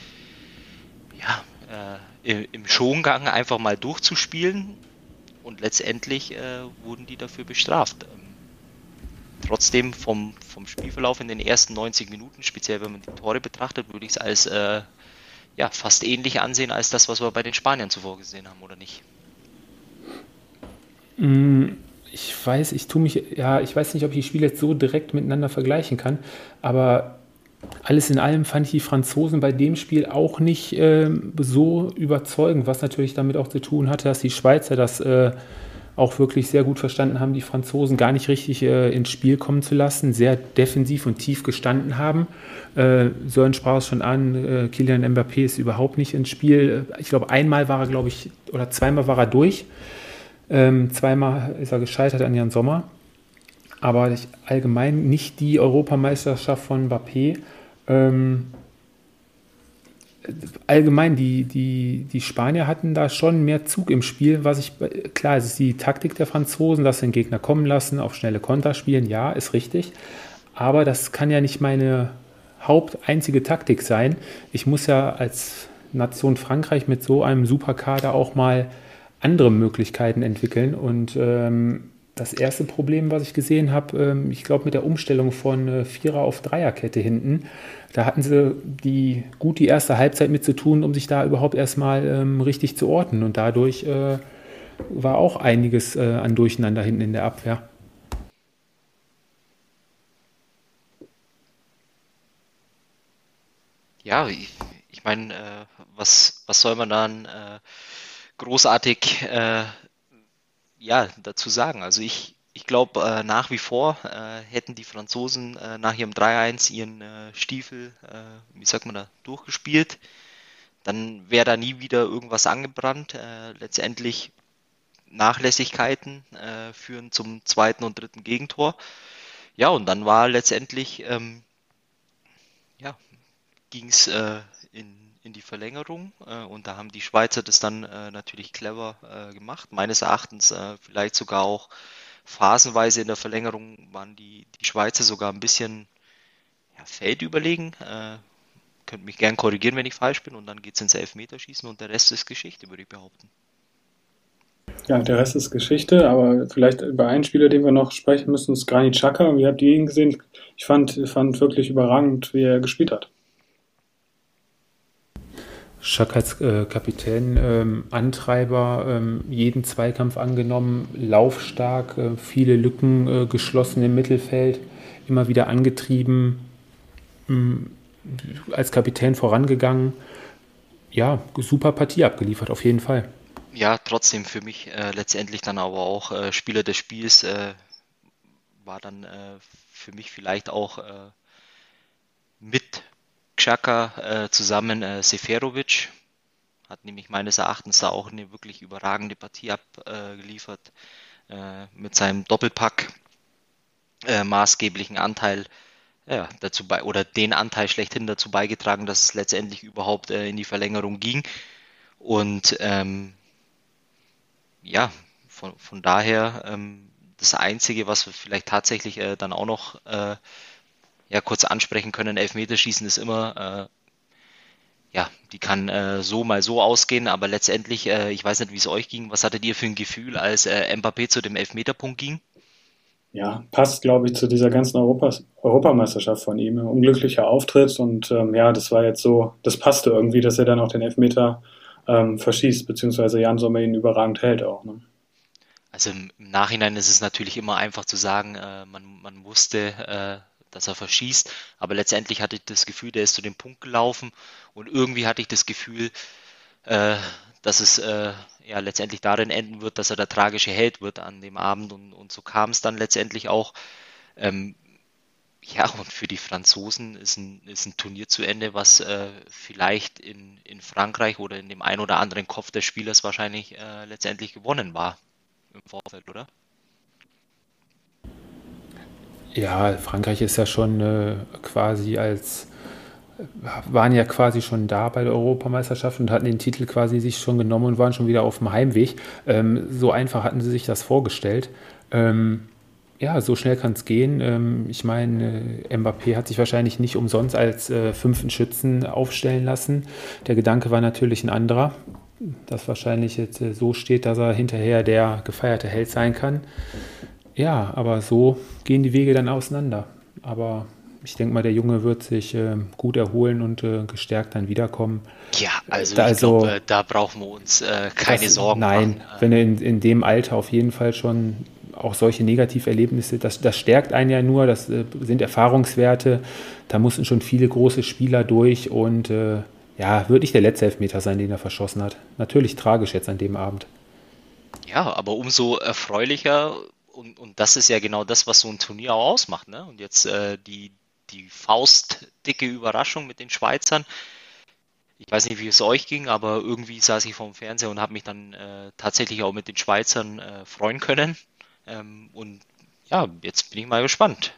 im Schongang einfach mal durchzuspielen, und letztendlich wurden die dafür bestraft. Trotzdem vom Spielverlauf in den ersten 90 Minuten, speziell wenn man die Tore betrachtet, würde ich es als fast ähnlich ansehen als das, was wir bei den Spaniern zuvor gesehen haben, oder nicht? Ich weiß nicht, ob ich die Spiele jetzt so direkt miteinander vergleichen kann, aber alles in allem fand ich die Franzosen bei dem Spiel auch nicht so überzeugend, was natürlich damit auch zu tun hatte, dass die Schweizer das auch wirklich sehr gut verstanden haben, die Franzosen gar nicht richtig ins Spiel kommen zu lassen, sehr defensiv und tief gestanden haben. Sören sprach es schon an, Kylian Mbappé ist überhaupt nicht ins Spiel. Ich glaube, einmal war er, oder zweimal war er durch. Zweimal ist er gescheitert an Jan Sommer. Aber allgemein nicht die Europameisterschaft von Mbappé. Allgemein, die Spanier hatten da schon mehr Zug im Spiel, klar, es ist die Taktik der Franzosen, dass sie den Gegner kommen lassen, auf schnelle Konter spielen, ja, ist richtig, aber das kann ja nicht meine einzige Taktik sein. Ich muss ja als Nation Frankreich mit so einem Superkader auch mal andere Möglichkeiten entwickeln, und das erste Problem, was ich gesehen habe, ich glaube mit der Umstellung von Vierer- auf Dreierkette hinten, da hatten sie die erste Halbzeit mit zu tun, um sich da überhaupt erstmal richtig zu ordnen. Und dadurch war auch einiges an Durcheinander hinten in der Abwehr. Ja, ich meine, was soll man dann großartig dazu sagen? Also ich glaube, nach wie vor hätten die Franzosen nach ihrem 3-1 ihren Stiefel, durchgespielt. Dann wäre da nie wieder irgendwas angebrannt. Letztendlich Nachlässigkeiten führen zum zweiten und dritten Gegentor. Ja, und dann war letztendlich, ging es in die Verlängerung, und da haben die Schweizer das dann natürlich clever gemacht. Meines Erachtens vielleicht sogar auch phasenweise in der Verlängerung waren die Schweizer sogar ein bisschen feldüberlegen. Könnt mich gern korrigieren, wenn ich falsch bin, und dann geht es ins Elfmeterschießen und der Rest ist Geschichte, würde ich behaupten. Ja, der Rest ist Geschichte, aber vielleicht über einen Spieler, den wir noch sprechen müssen, ist Granit Xhaka. Wie habt ihr ihn gesehen? Ich fand wirklich überragend, wie er gespielt hat. Xhaka als Kapitän, Antreiber, jeden Zweikampf angenommen, laufstark, viele Lücken geschlossen im Mittelfeld, immer wieder angetrieben, als Kapitän vorangegangen. Ja, super Partie abgeliefert, auf jeden Fall. Ja, trotzdem für mich letztendlich dann aber auch Spieler des Spiels war dann für mich vielleicht auch mit Xhaka zusammen Seferovic. Hat nämlich meines Erachtens da auch eine wirklich überragende Partie abgeliefert. Mit seinem Doppelpack maßgeblichen Anteil dazu oder den Anteil schlechthin dazu beigetragen, dass es letztendlich überhaupt in die Verlängerung ging. Und von daher das Einzige, was wir vielleicht tatsächlich dann auch noch kurz ansprechen können, Elfmeterschießen ist immer, die kann so mal so ausgehen, aber letztendlich, ich weiß nicht, wie es euch ging, was hattet ihr für ein Gefühl, als Mbappé zu dem Elfmeterpunkt ging? Ja, passt, glaube ich, zu dieser ganzen Europameisterschaft von ihm. Unglücklicher Auftritt und das war jetzt so, das passte irgendwie, dass er dann auch den Elfmeter verschießt, beziehungsweise Jan Sommer ihn überragend hält auch. Ne? Also im Nachhinein ist es natürlich immer einfach zu sagen, man wusste, dass er verschießt, aber letztendlich hatte ich das Gefühl, der ist zu dem Punkt gelaufen und irgendwie hatte ich das Gefühl, dass es letztendlich darin enden wird, dass er der tragische Held wird an dem Abend und so kam es dann letztendlich auch. Und für die Franzosen ist ein Turnier zu Ende, was vielleicht in Frankreich oder in dem einen oder anderen Kopf des Spielers wahrscheinlich letztendlich gewonnen war im Vorfeld, oder? Ja, Frankreich ist ja schon waren ja quasi schon da bei der Europameisterschaft und hatten den Titel quasi sich schon genommen und waren schon wieder auf dem Heimweg. So einfach hatten sie sich das vorgestellt. So schnell kann es gehen. Ich meine, Mbappé hat sich wahrscheinlich nicht umsonst als 5. Schützen aufstellen lassen. Der Gedanke war natürlich ein anderer, dass wahrscheinlich jetzt so steht, dass er hinterher der gefeierte Held sein kann. Ja, aber so gehen die Wege dann auseinander. Aber ich denke mal, der Junge wird sich gut erholen und gestärkt dann wiederkommen. Ja, ich glaube, da brauchen wir uns keine Sorgen machen. Nein, wenn er in dem Alter auf jeden Fall schon auch solche Negativerlebnisse, das stärkt einen ja nur, das sind Erfahrungswerte, da mussten schon viele große Spieler durch und wird nicht der letzte Elfmeter sein, den er verschossen hat. Natürlich tragisch jetzt an dem Abend. Ja, aber umso erfreulicher und das ist ja genau das, was so ein Turnier auch ausmacht, ne? Und jetzt die faustdicke Überraschung mit den Schweizern. Ich weiß nicht, wie es euch ging, aber irgendwie saß ich vorm Fernseher und habe mich dann tatsächlich auch mit den Schweizern freuen können. Jetzt bin ich mal gespannt.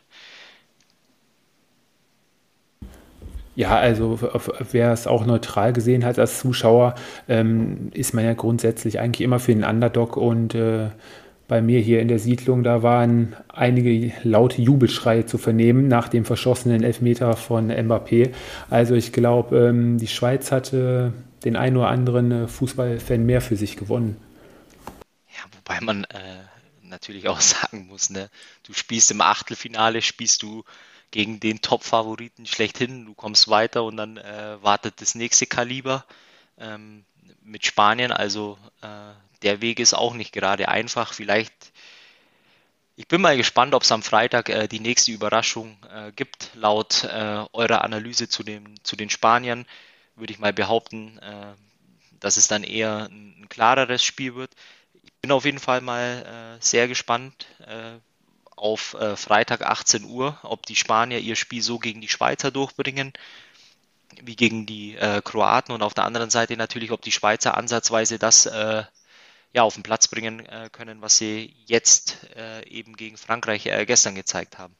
Ja, also wer es auch neutral gesehen hat als Zuschauer, ist man ja grundsätzlich eigentlich immer für den Underdog und bei mir hier in der Siedlung, da waren einige laute Jubelschreie zu vernehmen nach dem verschossenen Elfmeter von Mbappé. Also ich glaube, die Schweiz hatte den einen oder anderen Fußballfan mehr für sich gewonnen. Ja, wobei man natürlich auch sagen muss, ne, du spielst im Achtelfinale, spielst du gegen den Top-Favoriten schlechthin, du kommst weiter und dann wartet das nächste Kaliber mit Spanien, also der Weg ist auch nicht gerade einfach. Ich bin mal gespannt, ob es am Freitag die nächste Überraschung gibt. Laut eurer Analyse zu den Spaniern würde ich mal behaupten, dass es dann eher ein klareres Spiel wird. Ich bin auf jeden Fall mal sehr gespannt auf Freitag 18 Uhr, ob die Spanier ihr Spiel so gegen die Schweizer durchbringen wie gegen die Kroaten und auf der anderen Seite natürlich, ob die Schweizer ansatzweise das auf den Platz bringen können, was sie jetzt eben gegen Frankreich gestern gezeigt haben.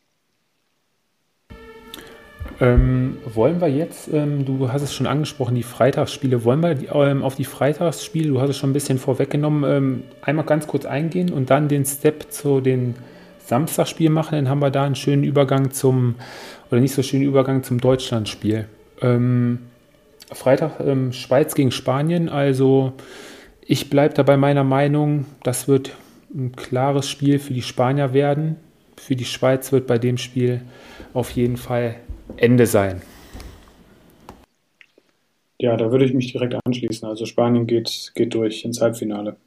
Wollen wir jetzt, du hast es schon angesprochen, die Freitagsspiele, wollen wir auf die Freitagsspiele, du hast es schon ein bisschen vorweggenommen, einmal ganz kurz eingehen und dann den Step zu den Samstagspielen machen, dann haben wir da einen schönen Übergang zum Deutschlandspiel. Freitag Schweiz gegen Spanien, also ich bleibe da bei meiner Meinung, das wird ein klares Spiel für die Spanier werden. Für die Schweiz wird bei dem Spiel auf jeden Fall Ende sein. Ja, da würde ich mich direkt anschließen. Also Spanien geht durch ins Halbfinale.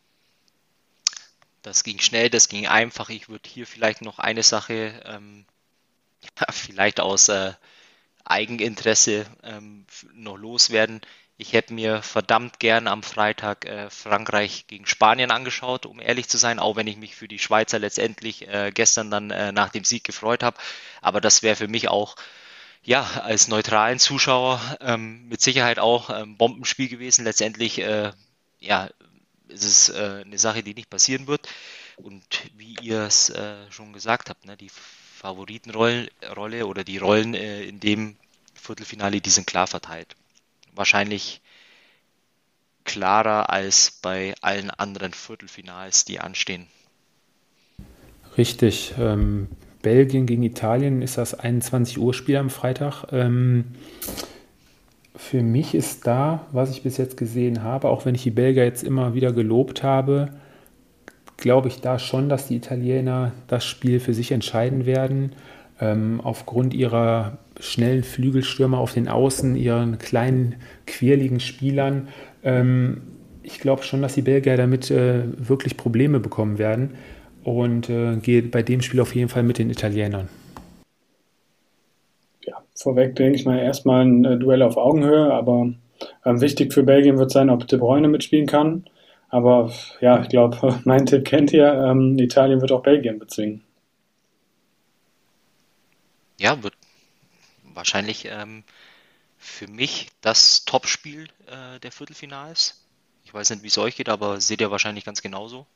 Das ging schnell, das ging einfach. Ich würde hier vielleicht noch eine Sache, vielleicht aus Eigeninteresse noch loswerden. Ich hätte mir verdammt gern am Freitag Frankreich gegen Spanien angeschaut, um ehrlich zu sein, auch wenn ich mich für die Schweizer letztendlich gestern dann nach dem Sieg gefreut habe. Aber das wäre für mich auch Ja, als neutralen Zuschauer mit Sicherheit auch Bombenspiel gewesen. Letztendlich ja, ist es eine Sache, die nicht passieren wird. Und wie ihr es schon gesagt habt, ne, die Favoritenrolle oder die Rollen in dem Viertelfinale, die sind klar verteilt. Wahrscheinlich klarer als bei allen anderen Viertelfinals, die anstehen. Richtig. Belgien gegen Italien ist das 21 Uhr Spiel am Freitag. Für mich ist da, was ich bis jetzt gesehen habe, auch wenn ich die Belgier jetzt immer wieder gelobt habe, glaube ich da schon, dass die Italiener das Spiel für sich entscheiden werden. Aufgrund ihrer schnellen Flügelstürmer auf den Außen, ihren kleinen, quirligen Spielern. Ich glaube schon, dass die Belgier damit wirklich Probleme bekommen werden und gehe bei dem Spiel auf jeden Fall mit den Italienern. Ja, vorweg denke ich mal erstmal ein Duell auf Augenhöhe, aber wichtig für Belgien wird sein, ob De Bruyne mitspielen kann. Aber ja, ich glaube, mein Tipp kennt ihr, Italien wird auch Belgien bezwingen. Ja, wird wahrscheinlich für mich das Topspiel der Viertelfinals. Ich weiß nicht, wie es euch geht, aber seht ihr wahrscheinlich ganz genauso.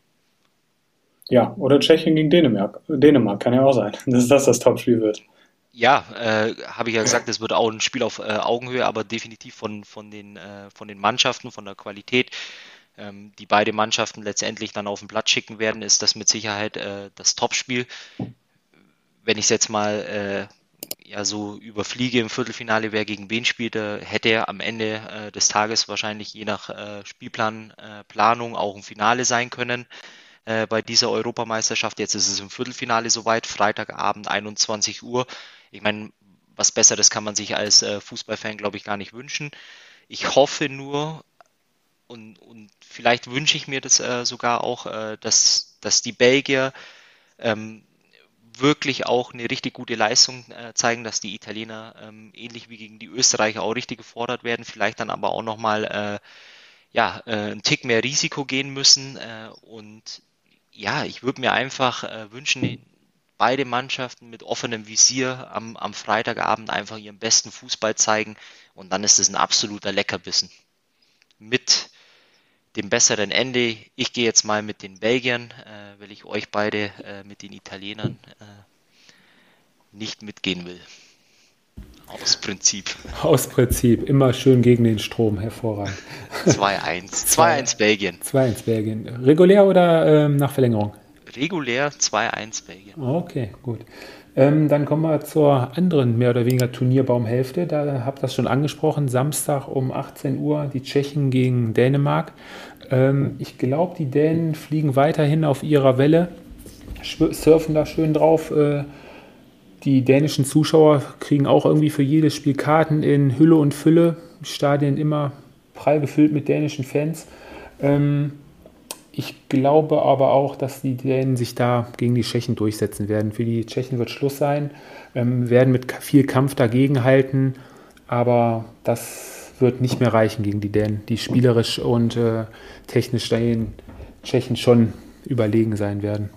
Ja, oder Tschechien gegen Dänemark. Dänemark kann ja auch sein, dass das Topspiel wird. Ja, habe ich ja gesagt, es wird auch ein Spiel auf Augenhöhe, aber definitiv von den Mannschaften, von der Qualität, die beide Mannschaften letztendlich dann auf den Platz schicken werden, ist das mit Sicherheit das Topspiel. Wenn ich es jetzt mal ja so überfliege im Viertelfinale, wer gegen wen spielt, hätte er am Ende des Tages wahrscheinlich je nach Planung auch ein Finale sein können bei dieser Europameisterschaft. Jetzt ist es im Viertelfinale soweit, Freitagabend 21 Uhr. Ich meine, was Besseres kann man sich als Fußballfan, glaube ich, gar nicht wünschen. Ich hoffe nur und vielleicht wünsche ich mir das sogar auch, dass die Belgier ähm, wirklich auch eine richtig gute Leistung zeigen, dass die Italiener ähnlich wie gegen die Österreicher auch richtig gefordert werden, vielleicht dann aber auch nochmal ja, einen Tick mehr Risiko gehen müssen. Und ja, ich würde mir einfach wünschen, beide Mannschaften mit offenem Visier am Freitagabend einfach ihren besten Fußball zeigen und dann ist es ein absoluter Leckerbissen. Mit dem besseren Ende. Ich gehe jetzt mal mit den Belgiern, weil ich euch beide mit den Italienern nicht mitgehen will. Aus Prinzip. Aus Prinzip, immer schön gegen den Strom, hervorragend. 2-1. 2-1 Belgien. 2-1 Belgien. Regulär oder nach Verlängerung? Regulär 2-1 Belgien. Okay, gut. Dann kommen wir zur anderen mehr oder weniger Turnierbaumhälfte. Da habt ihr das schon angesprochen. Samstag um 18 Uhr die Tschechen gegen Dänemark. Ich glaube, die Dänen fliegen weiterhin auf ihrer Welle, surfen da schön drauf. Die dänischen Zuschauer kriegen auch irgendwie für jedes Spiel Karten in Hülle und Fülle. Stadien immer prall gefüllt mit dänischen Fans. Ich glaube aber auch, dass die Dänen sich da gegen die Tschechen durchsetzen werden. Für die Tschechen wird Schluss sein, werden mit viel Kampf dagegenhalten, aber das wird nicht mehr reichen gegen die Dänen, die spielerisch und technisch den Tschechen schon überlegen sein werden.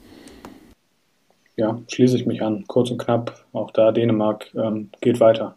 Ja, schließe ich mich an. Kurz und knapp, auch da Dänemark geht weiter.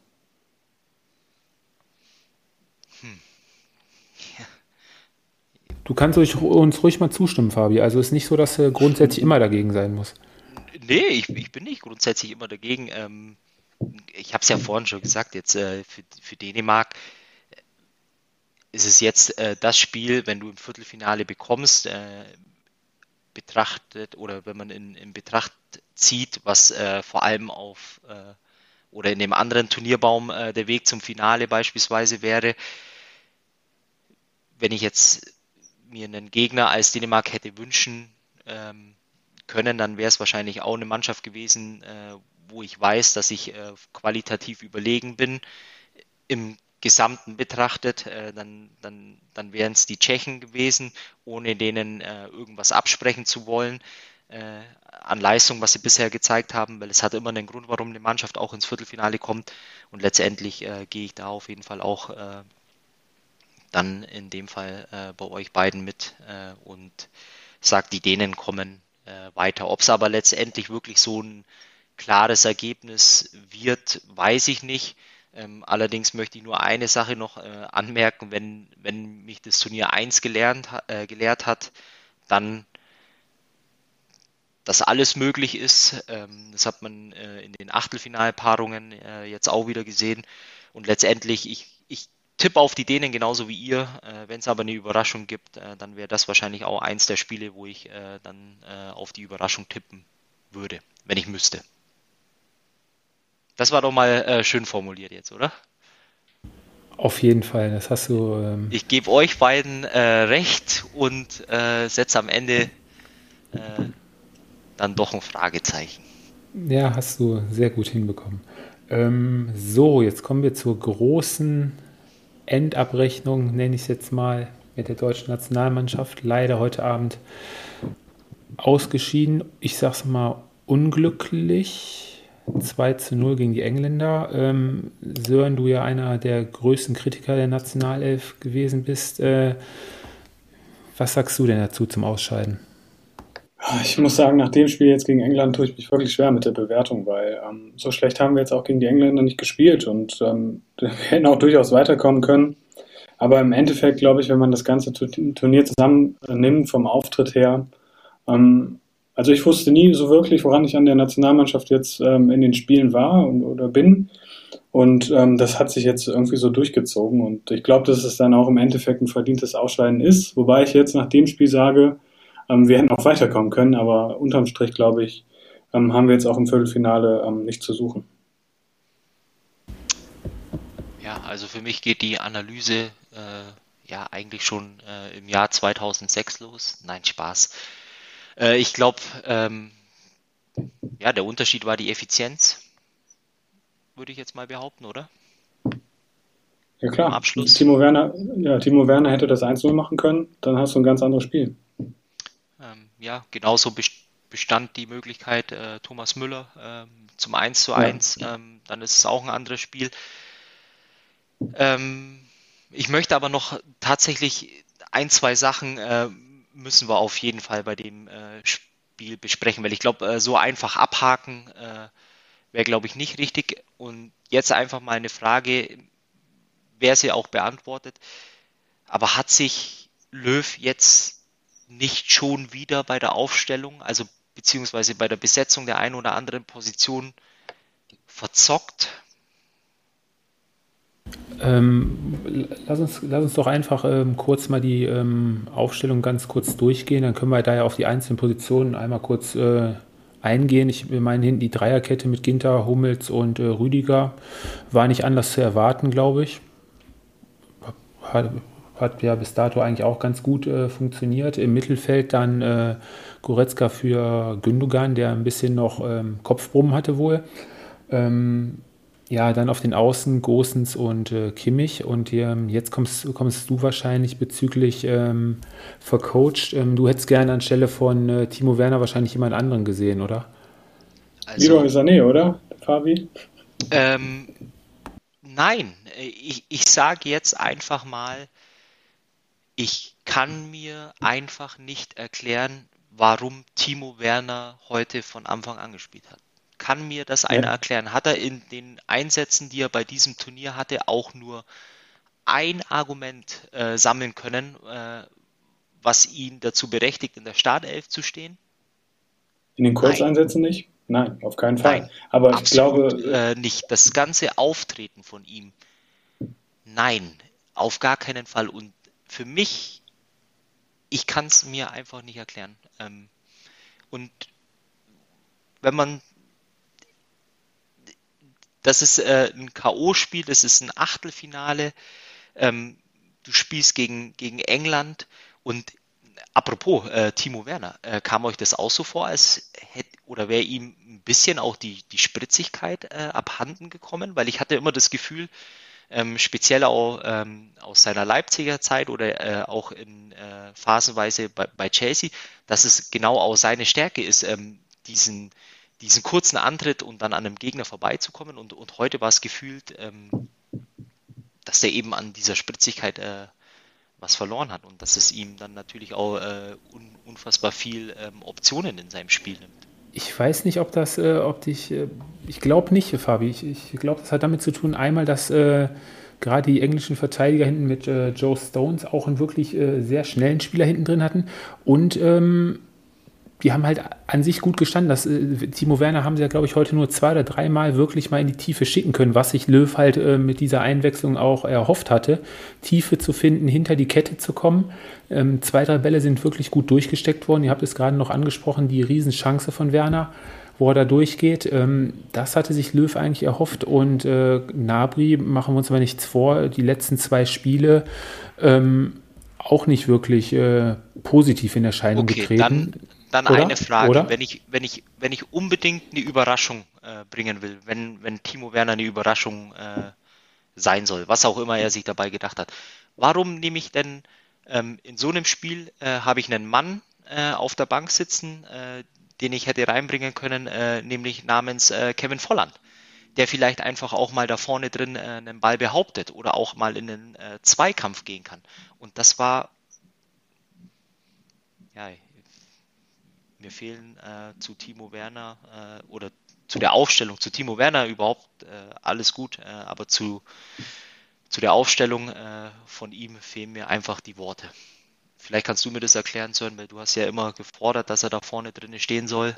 Du kannst uns ruhig mal zustimmen, Fabi. Also es ist nicht so, dass du grundsätzlich immer dagegen sein muss. Nee, ich bin nicht grundsätzlich immer dagegen. Ich habe es ja vorhin schon gesagt, jetzt für Dänemark ist es jetzt das Spiel, wenn du im Viertelfinale bekommst, betrachtet oder wenn man in Betracht zieht, was vor allem auf oder in dem anderen Turnierbaum der Weg zum Finale beispielsweise wäre, wenn ich jetzt mir einen Gegner als Dänemark hätte wünschen können, dann wäre es wahrscheinlich auch eine Mannschaft gewesen, wo ich weiß, dass ich qualitativ überlegen bin. Im Gesamten betrachtet, dann wären es die Tschechen gewesen, ohne denen irgendwas absprechen zu wollen an Leistung, was sie bisher gezeigt haben, weil es hat immer einen Grund, warum eine Mannschaft auch ins Viertelfinale kommt und letztendlich gehe ich da auf jeden Fall auch dann in dem Fall bei euch beiden mit und sagt, die Dänen kommen weiter. Ob es aber letztendlich wirklich so ein klares Ergebnis wird, weiß ich nicht. Allerdings möchte ich nur eine Sache noch anmerken, wenn mich das Turnier 1 gelehrt hat, dann, dass alles möglich ist. Das hat man in den Achtelfinalpaarungen jetzt auch wieder gesehen. Und letztendlich, ich tippe auf die Dänen genauso wie ihr. Wenn es aber eine Überraschung gibt, dann wäre das wahrscheinlich auch eins der Spiele, wo ich dann auf die Überraschung tippen würde, wenn ich müsste. Das war doch mal schön formuliert jetzt, oder? Auf jeden Fall, das hast du. Ich gebe euch beiden recht und setze am Ende dann doch ein Fragezeichen. Ja, hast du sehr gut hinbekommen. So, jetzt kommen wir zur großen Endabrechnung, nenne ich es jetzt mal, mit der deutschen Nationalmannschaft. Leider heute Abend ausgeschieden. Ich sag's mal unglücklich. 2:0 gegen die Engländer. Sören, du ja einer der größten Kritiker der Nationalelf gewesen bist. Was sagst du denn dazu zum Ausscheiden? Ich muss sagen, nach dem Spiel jetzt gegen England tue ich mich wirklich schwer mit der Bewertung, weil so schlecht haben wir jetzt auch gegen die Engländer nicht gespielt und wir hätten auch durchaus weiterkommen können. Aber im Endeffekt glaube ich, wenn man das ganze Turnier zusammen nimmt vom Auftritt her, also ich wusste nie so wirklich, woran ich an der Nationalmannschaft jetzt in den Spielen war oder bin. Und das hat sich jetzt irgendwie so durchgezogen. Und ich glaube, dass es dann auch im Endeffekt ein verdientes Ausscheiden ist. Wobei ich jetzt nach dem Spiel sage, wir hätten auch weiterkommen können. Aber unterm Strich, glaube ich, haben wir jetzt auch im Viertelfinale nichts zu suchen. Ja, also für mich geht die Analyse ja eigentlich schon im Jahr 2006 los. Nein, Spaß. Ich glaube, ja, der Unterschied war die Effizienz, würde ich jetzt mal behaupten, oder? Ja Im klar, Abschluss. Timo Werner hätte das 1:0 machen können, dann hast du ein ganz anderes Spiel. Ja, genauso bestand die Möglichkeit Thomas Müller zum 1:1. Dann ist es auch ein anderes Spiel. Ich möchte aber noch tatsächlich ein, zwei Sachen müssen wir auf jeden Fall bei dem Spiel besprechen, weil ich glaube, so einfach abhaken wäre, glaube ich, nicht richtig. Und jetzt einfach mal eine Frage, wer sie auch beantwortet. Aber hat sich Löw jetzt nicht schon wieder bei der Aufstellung, also beziehungsweise bei der Besetzung der einen oder anderen Position verzockt? Lass uns doch einfach kurz mal die Aufstellung ganz kurz durchgehen. Dann können wir da ja auf die einzelnen Positionen einmal kurz eingehen. Ich meine, hinten die Dreierkette mit Ginter, Hummels und Rüdiger war nicht anders zu erwarten, glaube ich. Hat ja bis dato eigentlich auch ganz gut funktioniert. Im Mittelfeld dann Goretzka für Gündogan, der ein bisschen noch Kopfbrummen hatte wohl. Ja, dann auf den Außen Gosens und Kimmich. Und jetzt kommst du wahrscheinlich bezüglich vercoacht. Du hättest gerne anstelle von Timo Werner wahrscheinlich jemand anderen gesehen, oder? Leroy Sané, oder, Fabi? Nein, ich sage jetzt einfach mal, ich kann mir einfach nicht erklären, warum Timo Werner heute von Anfang an gespielt hat. Kann mir das einer erklären? Hat er in den Einsätzen, die er bei diesem Turnier hatte, auch nur ein Argument sammeln können, was ihn dazu berechtigt, in der Startelf zu stehen? In den Kurzeinsätzen nicht? Nein, auf keinen Fall. Nein, aber ich absolut glaube, nicht. Das ganze Auftreten von ihm, nein, auf gar keinen Fall. Und für mich, ich kann es mir einfach nicht erklären. Und wenn man, das ist ein K.O.-Spiel, das ist ein Achtelfinale, du spielst gegen England und apropos Timo Werner, kam euch das auch so vor, als hätte oder wäre ihm ein bisschen auch die Spritzigkeit abhanden gekommen? Weil ich hatte immer das Gefühl, speziell auch aus seiner Leipziger Zeit oder auch in phasenweise bei Chelsea, dass es genau auch seine Stärke ist, diesen kurzen Antritt und dann an einem Gegner vorbeizukommen. Und heute war es gefühlt, dass der eben an dieser Spritzigkeit was verloren hat und dass es ihm dann natürlich auch unfassbar viel Optionen in seinem Spiel nimmt. Ich weiß nicht, ich glaube nicht, Fabi. Ich glaube, das hat damit zu tun, einmal, dass gerade die englischen Verteidiger hinten mit Joe Stones auch einen wirklich sehr schnellen Spieler hinten drin hatten und die haben halt an sich gut gestanden. Timo Werner haben sie ja, glaube ich, heute nur 2 oder 3 Mal wirklich mal in die Tiefe schicken können, was sich Löw halt mit dieser Einwechslung auch erhofft hatte, Tiefe zu finden, hinter die Kette zu kommen. 2, 3 Bälle sind wirklich gut durchgesteckt worden. Ihr habt es gerade noch angesprochen, die Riesenchance von Werner, wo er da durchgeht. Das hatte sich Löw eigentlich erhofft und Gnabry, machen wir uns aber nichts vor, die letzten 2 Spiele auch nicht wirklich positiv in Erscheinung getreten. Dann eine Frage, oder? Wenn ich unbedingt eine Überraschung bringen will, wenn Timo Werner eine Überraschung sein soll, was auch immer er sich dabei gedacht hat, warum nehme ich denn in so einem Spiel, habe ich einen Mann auf der Bank sitzen, den ich hätte reinbringen können, nämlich namens Kevin Volland, der vielleicht einfach auch mal da vorne drin einen Ball behauptet oder auch mal in einen Zweikampf gehen kann. Und das war, ja, mir fehlen zu Timo Werner oder zu der Aufstellung, zu Timo Werner überhaupt alles gut, aber zu der Aufstellung von ihm fehlen mir einfach die Worte. Vielleicht kannst du mir das erklären, Sören, weil du hast ja immer gefordert, dass er da vorne drin stehen soll.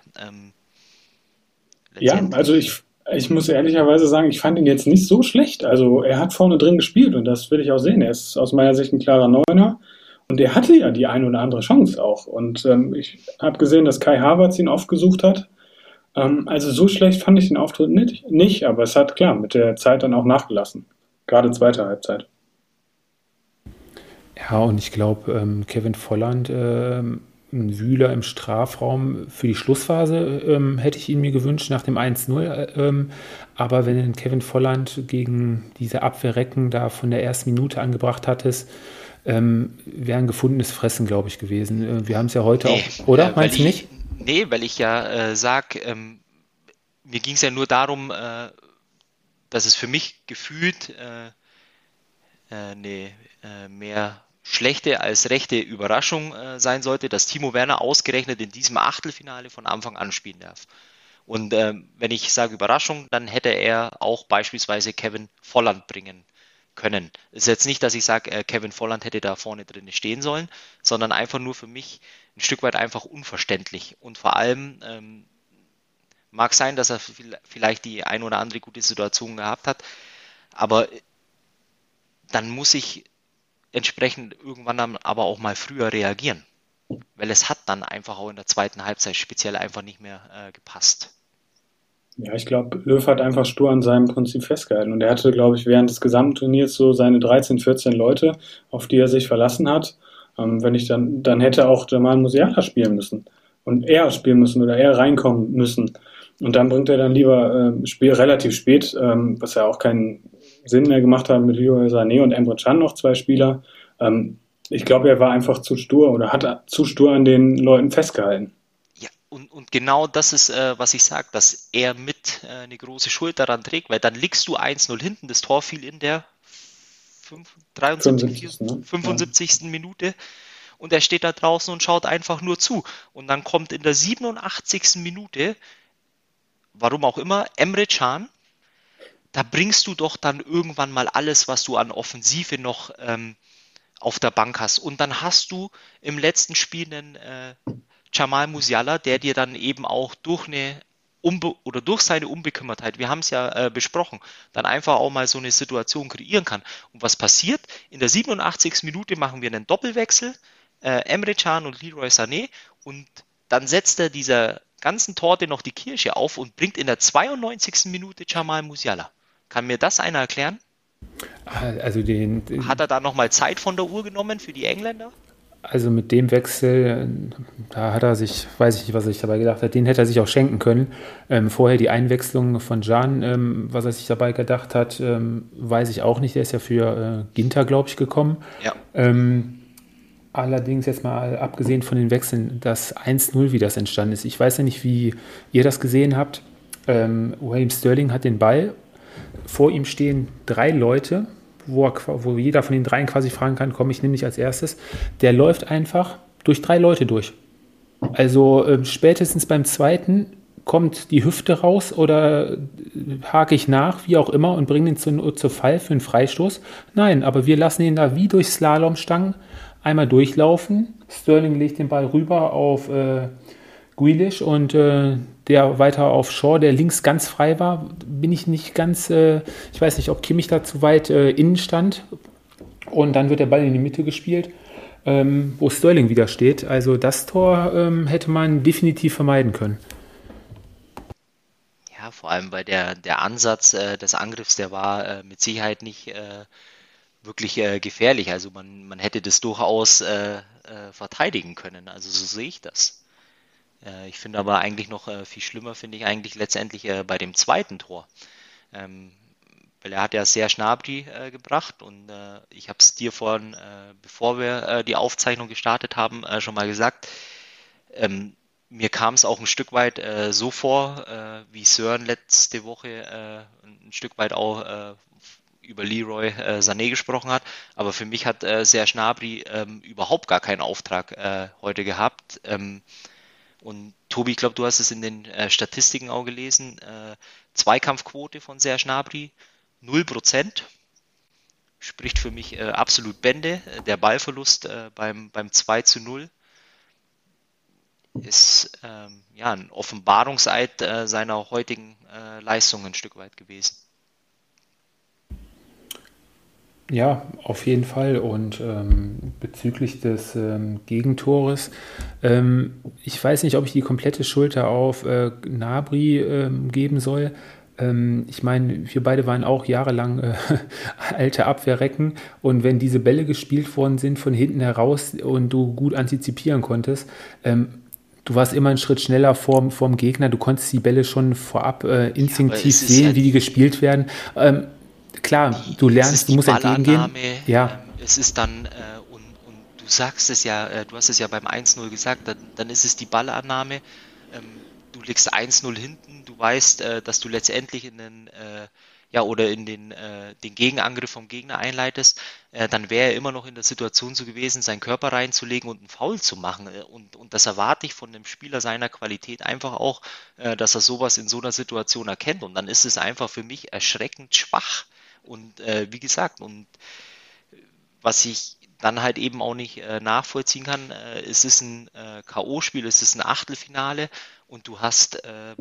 Ja, also ich muss ehrlicherweise sagen, ich fand ihn jetzt nicht so schlecht. Also er hat vorne drin gespielt und das will ich auch sehen. Er ist aus meiner Sicht ein klarer Neuner. Und er hatte ja die eine oder andere Chance auch. Und ich habe gesehen, dass Kai Havertz ihn oft gesucht hat. Also so schlecht fand ich den Auftritt nicht, aber es hat klar mit der Zeit dann auch nachgelassen. Gerade zweite Halbzeit. Ja, und ich glaube, Kevin Volland, ein Wühler im Strafraum für die Schlussphase hätte ich ihn mir gewünscht nach dem 1-0. Aber wenn Kevin Volland gegen diese Abwehrrecken da von der ersten Minute angebracht hattest, wäre ein gefundenes Fressen, glaube ich, gewesen. Wir haben es ja heute auch, oder? Meinst du nicht? Nee, weil ich ja sage, mir ging es ja nur darum, dass es für mich gefühlt eine mehr schlechte als rechte Überraschung sein sollte, dass Timo Werner ausgerechnet in diesem Achtelfinale von Anfang an spielen darf. Und wenn ich sage Überraschung, dann hätte er auch beispielsweise Kevin Volland bringen können. Es ist jetzt nicht, dass ich sage, Kevin Volland hätte da vorne drin stehen sollen, sondern einfach nur für mich ein Stück weit einfach unverständlich. Und vor allem mag sein, dass er vielleicht die ein oder andere gute Situation gehabt hat, aber dann muss ich entsprechend irgendwann dann aber auch mal früher reagieren, weil es hat dann einfach auch in der zweiten Halbzeit speziell einfach nicht mehr gepasst. Ja, ich glaube, Löw hat einfach stur an seinem Prinzip festgehalten und er hatte, glaube ich, während des gesamten Turniers so seine 13, 14 Leute, auf die er sich verlassen hat. Dann hätte auch Jamal Musiala spielen müssen und er spielen müssen oder er reinkommen müssen. Und dann bringt er dann lieber relativ spät, was ja auch keinen Sinn mehr gemacht hat, mit Leroy Sané und Emre Can noch 2 Spieler. Ich glaube, er war einfach zu stur oder hat zu stur an den Leuten festgehalten. Ja, und genau das ist, was ich sage, dass er mit eine große Schuld daran trägt, weil dann liegst du 1-0 hinten, das Tor fiel in der 75. Minute und er steht da draußen und schaut einfach nur zu. Und dann kommt in der 87. Minute, warum auch immer, Emre Can. Da bringst du doch dann irgendwann mal alles, was du an Offensive noch auf der Bank hast. Und dann hast du im letzten Spiel einen Jamal Musiala, der dir dann eben auch durch seine Unbekümmertheit, wir haben es ja besprochen, dann einfach auch mal so eine Situation kreieren kann. Und was passiert? In der 87. Minute machen wir einen Doppelwechsel, Emre Can und Leroy Sané, und dann setzt er dieser ganzen Torte noch die Kirsche auf und bringt in der 92. Minute Jamal Musiala. Kann mir das einer erklären? Also hat er da nochmal Zeit von der Uhr genommen für die Engländer? Also mit dem Wechsel, da hat er sich, weiß ich nicht, was er sich dabei gedacht hat, den hätte er sich auch schenken können. Vorher die Einwechslung von Can, was er sich dabei gedacht hat, weiß ich auch nicht. Der ist ja für Ginter, glaube ich, gekommen. Ja. Allerdings jetzt mal abgesehen von den Wechseln, das 1-0, wie das entstanden ist. Ich weiß ja nicht, wie ihr das gesehen habt. Raheem Sterling hat den Ball. Vor ihm stehen 3 Leute, wo jeder von den 3 quasi fragen kann, komm, ich nehme dich als erstes. Der läuft einfach durch 3 Leute durch. Also spätestens beim zweiten kommt die Hüfte raus oder hake ich nach, wie auch immer, und bringe ihn zu Fall für einen Freistoß? Nein, aber wir lassen ihn da wie durch Slalomstangen einmal durchlaufen. Sterling legt den Ball rüber auf Grealish und der weiter auf Shaw, der links ganz frei war, bin ich nicht ganz, ich weiß nicht, ob Kimmich da zu weit innen stand, und dann wird der Ball in die Mitte gespielt, wo Sterling wieder steht. Also das Tor hätte man definitiv vermeiden können. Ja, vor allem weil der Ansatz des Angriffs, der war mit Sicherheit nicht wirklich gefährlich. Also man hätte das durchaus verteidigen können. Also so sehe ich das. Ich finde aber eigentlich noch viel schlimmer, finde ich eigentlich letztendlich bei dem zweiten Tor. Weil er hat ja sehr Gnabry gebracht, und ich habe es dir vorhin, bevor wir die Aufzeichnung gestartet haben, schon mal gesagt. Mir kam es auch ein Stück weit so vor, wie Sören letzte Woche ein Stück weit auch über Leroy Sané gesprochen hat. Aber für mich hat Serge Gnabry überhaupt gar keinen Auftrag heute gehabt. Und Tobi, ich glaube, du hast es in den Statistiken auch gelesen. Zweikampfquote von Serge Gnabry 0%. Spricht für mich absolut Bände. Der Ballverlust beim 2:0 ist ja ein Offenbarungseid seiner heutigen Leistung ein Stück weit gewesen. Ja, auf jeden Fall. Und bezüglich des Gegentores, ich weiß nicht, ob ich die komplette Schuld auf Gnabry geben soll. Ich meine, wir beide waren auch jahrelang alte Abwehrrecken, und wenn diese Bälle gespielt worden sind von hinten heraus und du gut antizipieren konntest, du warst immer einen Schritt schneller vorm Gegner, du konntest die Bälle schon vorab instinktiv sehen, wie die gespielt werden. Klar, du lernst, du musst entgegengehen. Ja. Es ist dann, und du sagst es ja, du hast es ja beim 1:0 gesagt, dann ist es die Ballannahme. Du liegst 1:0 hinten, du weißt, dass du letztendlich in den, oder in den Gegenangriff vom Gegner einleitest, dann wäre er immer noch in der Situation so gewesen, seinen Körper reinzulegen und einen Foul zu machen. Und das erwarte ich von einem Spieler seiner Qualität einfach auch, dass er sowas in so einer Situation erkennt. Und dann ist es einfach für mich erschreckend schwach. Und wie gesagt, was ich dann halt eben auch nicht nachvollziehen kann, es ist ein K.O.-Spiel, es ist ein Achtelfinale, und du hast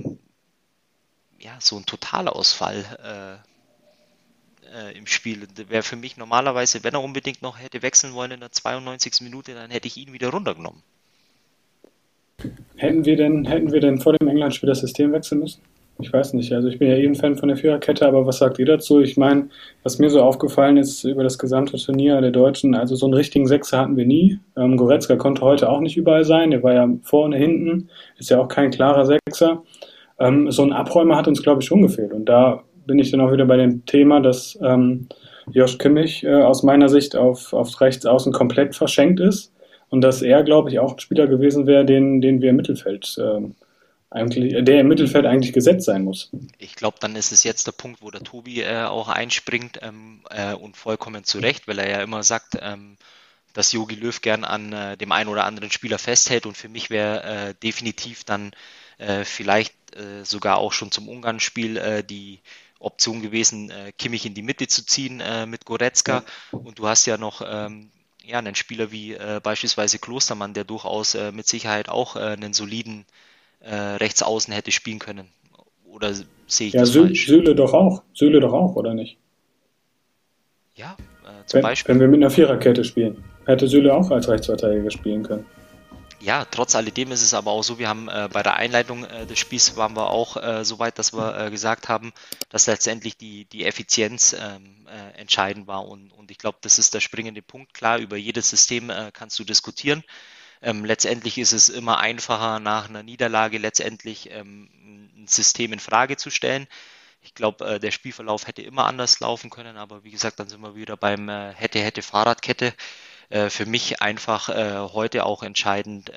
so einen Totalausfall im Spiel. Wäre für mich normalerweise, wenn er unbedingt noch hätte wechseln wollen in der 92. Minute, dann hätte ich ihn wieder runtergenommen. Hätten wir denn vor dem England-Spiel das System wechseln müssen? Ich weiß nicht, also ich bin ja eben Fan von der Viererkette, aber was sagt ihr dazu? Ich meine, was mir so aufgefallen ist über das gesamte Turnier der Deutschen, also so einen richtigen Sechser hatten wir nie. Goretzka konnte heute auch nicht überall sein, der war ja vorne, hinten, ist ja auch kein klarer Sechser. So ein Abräumer hat uns, glaube ich, schon gefehlt. Und da bin ich dann auch wieder bei dem Thema, dass Josh Kimmich aus meiner Sicht auf rechts außen komplett verschenkt ist, und dass er, glaube ich, auch ein Spieler gewesen wäre, den wir im Mittelfeld der im Mittelfeld eigentlich gesetzt sein muss. Ich glaube, dann ist es jetzt der Punkt, wo der Tobi auch einspringt, und vollkommen zu Recht, weil er ja immer sagt, dass Jogi Löw gern an dem einen oder anderen Spieler festhält, und für mich wäre definitiv dann vielleicht sogar auch schon zum Ungarn-Spiel die Option gewesen, Kimmich in die Mitte zu ziehen mit Goretzka, und du hast ja noch einen Spieler wie beispielsweise Klostermann, der durchaus mit Sicherheit auch einen soliden Rechtsaußen hätte spielen können. Oder sehe ich das falsch? Süle doch auch, oder nicht? Ja, zum Beispiel. Wenn wir mit einer Viererkette spielen, hätte Süle auch als Rechtsverteidiger spielen können. Ja, trotz alledem ist es aber auch so, wir haben bei der Einleitung des Spiels waren wir auch so weit, dass wir gesagt haben, dass letztendlich die Effizienz entscheidend war, und ich glaube, das ist der springende Punkt. Klar, über jedes System kannst du diskutieren. Letztendlich ist es immer einfacher, nach einer Niederlage letztendlich ein System in Frage zu stellen. Ich glaube, der Spielverlauf hätte immer anders laufen können, aber wie gesagt, dann sind wir wieder beim hätte Fahrradkette. Für mich einfach heute auch entscheidend,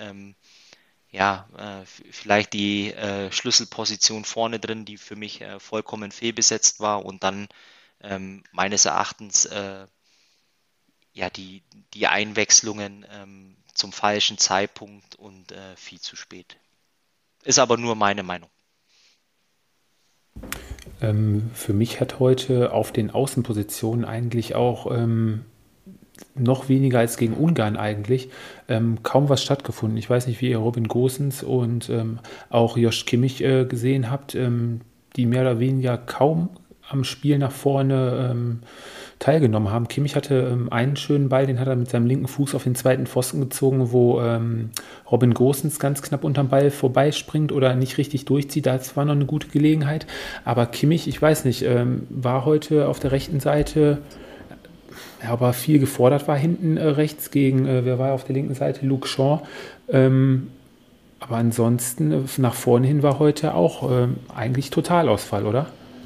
vielleicht die Schlüsselposition vorne drin, die für mich vollkommen fehlbesetzt war, und dann meines Erachtens die Einwechslungen zum falschen Zeitpunkt und viel zu spät. Ist aber nur meine Meinung. Für mich hat heute auf den Außenpositionen eigentlich auch noch weniger als gegen Ungarn eigentlich kaum was stattgefunden. Ich weiß nicht, wie ihr Robin Gosens und auch Josh Kimmich gesehen habt, die mehr oder weniger kaum am Spiel nach vorne teilgenommen haben. Kimmich hatte einen schönen Ball, den hat er mit seinem linken Fuß auf den zweiten Pfosten gezogen, wo Robin Gosens ganz knapp unterm Ball vorbeispringt oder nicht richtig durchzieht. Das war noch eine gute Gelegenheit. Aber Kimmich, ich weiß nicht, war heute auf der rechten Seite, aber viel gefordert war hinten rechts gegen, wer war auf der linken Seite? Luke Shaw. Aber ansonsten nach vorne hin war heute auch eigentlich Totalausfall, oder?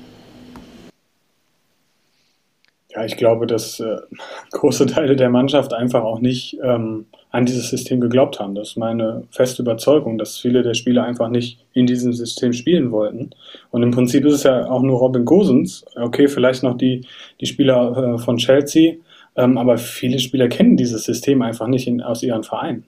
Ja, ich glaube, dass große Teile der Mannschaft einfach auch nicht an dieses System geglaubt haben. Das ist meine feste Überzeugung, dass viele der Spieler einfach nicht in diesem System spielen wollten. Und im Prinzip ist es ja auch nur Robin Gosens, okay, vielleicht noch die Spieler von Chelsea, aber viele Spieler kennen dieses System einfach nicht aus ihren Vereinen.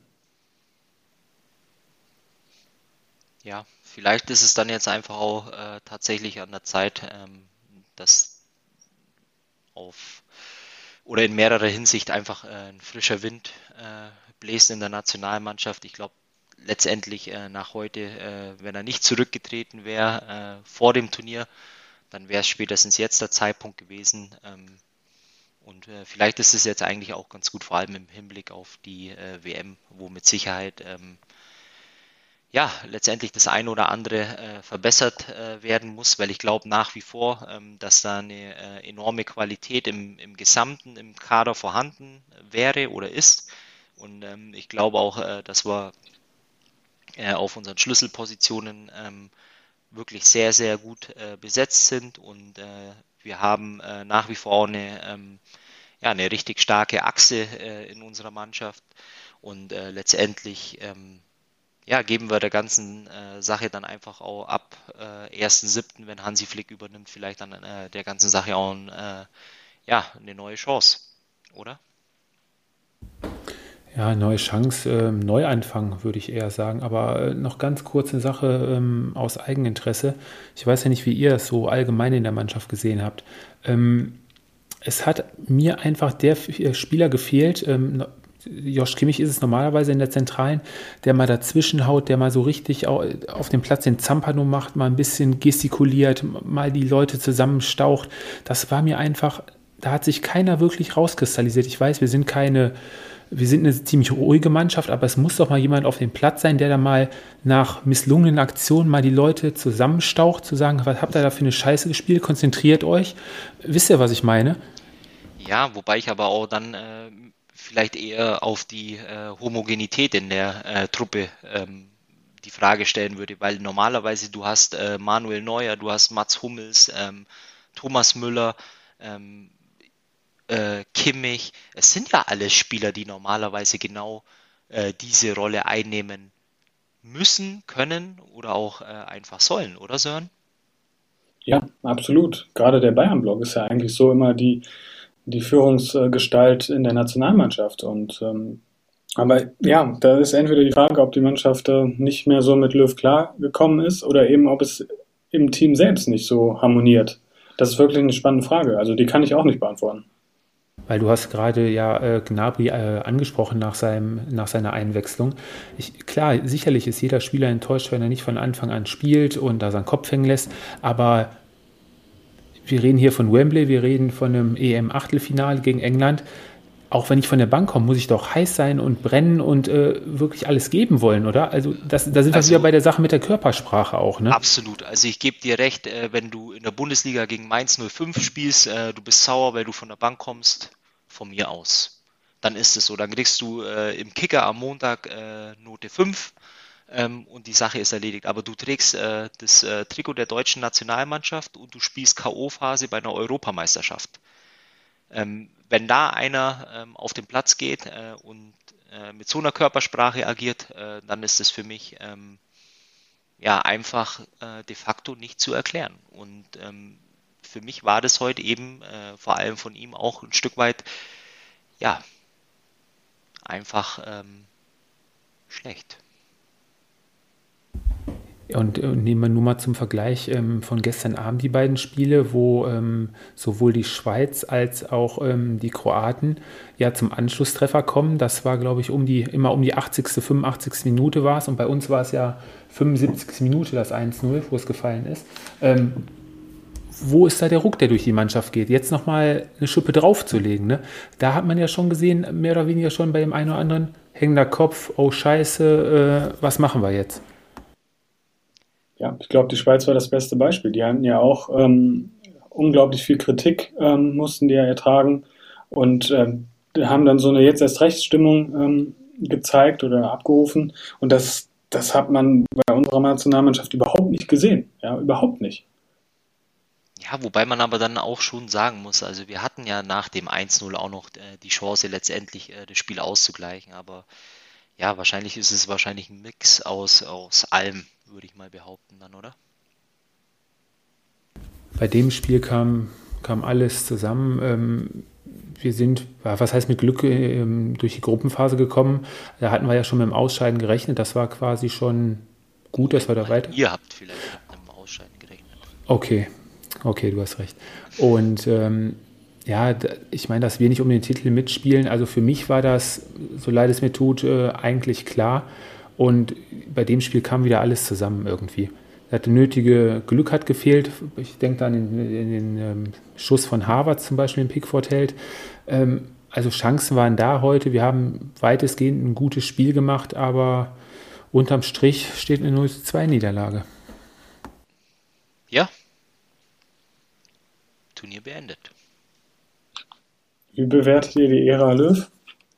Ja, vielleicht ist es dann jetzt einfach auch tatsächlich an der Zeit, dass auf oder in mehrerer Hinsicht einfach ein frischer Wind bläst in der Nationalmannschaft. Ich glaube, letztendlich nach heute, wenn er nicht zurückgetreten wäre vor dem Turnier, dann wäre es spätestens jetzt der Zeitpunkt gewesen. Und vielleicht ist es jetzt eigentlich auch ganz gut, vor allem im Hinblick auf die WM, wo mit Sicherheit ja, letztendlich das eine oder andere verbessert werden muss, weil ich glaube nach wie vor, dass da eine enorme Qualität im Gesamten, im Kader vorhanden wäre oder ist. Und ich glaube auch, dass wir auf unseren Schlüsselpositionen wirklich sehr, sehr gut besetzt sind und wir haben nach wie vor auch ja, eine richtig starke Achse in unserer Mannschaft und letztendlich ja, geben wir der ganzen Sache dann einfach auch ab 1.7., wenn Hansi Flick übernimmt, vielleicht dann der ganzen Sache auch ja, eine neue Chance, oder? Ja, neue Chance, Neuanfang würde ich eher sagen. Aber noch ganz kurze Sache aus Eigeninteresse. Ich weiß ja nicht, wie ihr es so allgemein in der Mannschaft gesehen habt. Es hat mir einfach der Spieler gefehlt. Josh Kimmich ist es normalerweise in der Zentralen, der mal dazwischen haut, der mal so richtig auf dem Platz den Zampano macht, mal ein bisschen gestikuliert, mal die Leute zusammenstaucht. Das war mir einfach, da hat sich keiner wirklich rauskristallisiert. Ich weiß, wir sind eine ziemlich ruhige Mannschaft, aber es muss doch mal jemand auf dem Platz sein, der da mal nach misslungenen Aktionen mal die Leute zusammenstaucht, zu sagen, was habt ihr da für eine Scheiße gespielt, konzentriert euch. Wisst ihr, was ich meine? Ja, wobei ich aber auch dann vielleicht eher auf die Homogenität in der Truppe die Frage stellen würde, weil normalerweise du hast Manuel Neuer, du hast Mats Hummels, Thomas Müller, Kimmich, es sind ja alles Spieler, die normalerweise genau diese Rolle einnehmen müssen, können oder auch einfach sollen, oder Sören? Ja, absolut. Gerade der Bayern-Block ist ja eigentlich so immer die Führungsgestalt in der Nationalmannschaft. Aber ja, da ist entweder die Frage, ob die Mannschaft nicht mehr so mit Löw klargekommen ist oder eben, ob es im Team selbst nicht so harmoniert. Das ist wirklich eine spannende Frage. Also die kann ich auch nicht beantworten. Weil du hast gerade ja Gnabry angesprochen nach seiner Einwechslung. Klar, sicherlich ist jeder Spieler enttäuscht, wenn er nicht von Anfang an spielt und da seinen Kopf hängen lässt, aber wir reden hier von Wembley, wir reden von einem EM-Achtelfinale gegen England. Auch wenn ich von der Bank komme, muss ich doch heiß sein und brennen und wirklich alles geben wollen, oder? Also da sind wir wieder bei der Sache mit der Körpersprache auch, ne? Absolut. Also ich gebe dir recht, wenn du in der Bundesliga gegen Mainz 05 spielst, du bist sauer, weil du von der Bank kommst, von mir aus. Dann ist es so. Dann kriegst du im Kicker am Montag Note 5 und die Sache ist erledigt. Aber du trägst das Trikot der deutschen Nationalmannschaft und du spielst K.O.-Phase bei einer Europameisterschaft. Wenn da einer auf den Platz geht und mit so einer Körpersprache agiert, dann ist es für mich ja einfach de facto nicht zu erklären. Und für mich war das heute eben vor allem von ihm auch ein Stück weit ja einfach schlecht. Und nehmen wir nur mal zum Vergleich von gestern Abend die beiden Spiele, wo sowohl die Schweiz als auch die Kroaten ja zum Anschlusstreffer kommen. Das war, glaube ich, immer um die 80., 85. Minute war es. Und bei uns war es ja 75. Minute das 1:0, wo es gefallen ist. Wo ist da der Ruck, der durch die Mannschaft geht? Jetzt nochmal eine Schippe draufzulegen. Ne? Da hat man ja schon gesehen, mehr oder weniger schon bei dem einen oder anderen, hängender Kopf, oh Scheiße, was machen wir jetzt? Ja, ich glaube, die Schweiz war das beste Beispiel. Die hatten ja auch unglaublich viel Kritik, mussten die ja ertragen und haben dann so eine jetzt erst Rechtsstimmung gezeigt oder abgerufen. Und das hat man bei unserer Nationalmannschaft überhaupt nicht gesehen. Ja, überhaupt nicht. Ja, wobei man aber dann auch schon sagen muss, also wir hatten ja nach dem 1:0 auch noch die Chance, letztendlich das Spiel auszugleichen, aber ja, wahrscheinlich ist es ein Mix aus allem, würde ich mal behaupten dann, oder? Bei dem Spiel kam alles zusammen. Wir sind, was heißt mit Glück, durch die Gruppenphase gekommen. Da hatten wir ja schon mit dem Ausscheiden gerechnet. Das war quasi schon gut, dass wir da weiter... Ihr habt vielleicht mit dem Ausscheiden gerechnet. Okay, du hast recht. Und ja, ich meine, dass wir nicht um den Titel mitspielen. Also für mich war das, so leid es mir tut, eigentlich klar. Und bei dem Spiel kam wieder alles zusammen irgendwie. Das nötige Glück hat gefehlt. Ich denke da an den Schuss von Harvard zum Beispiel in Pickford hält. Also Chancen waren da heute. Wir haben weitestgehend ein gutes Spiel gemacht, aber unterm Strich steht eine 0:2 Niederlage. Ja. Turnier beendet. Wie bewertet ihr die Ära Löw?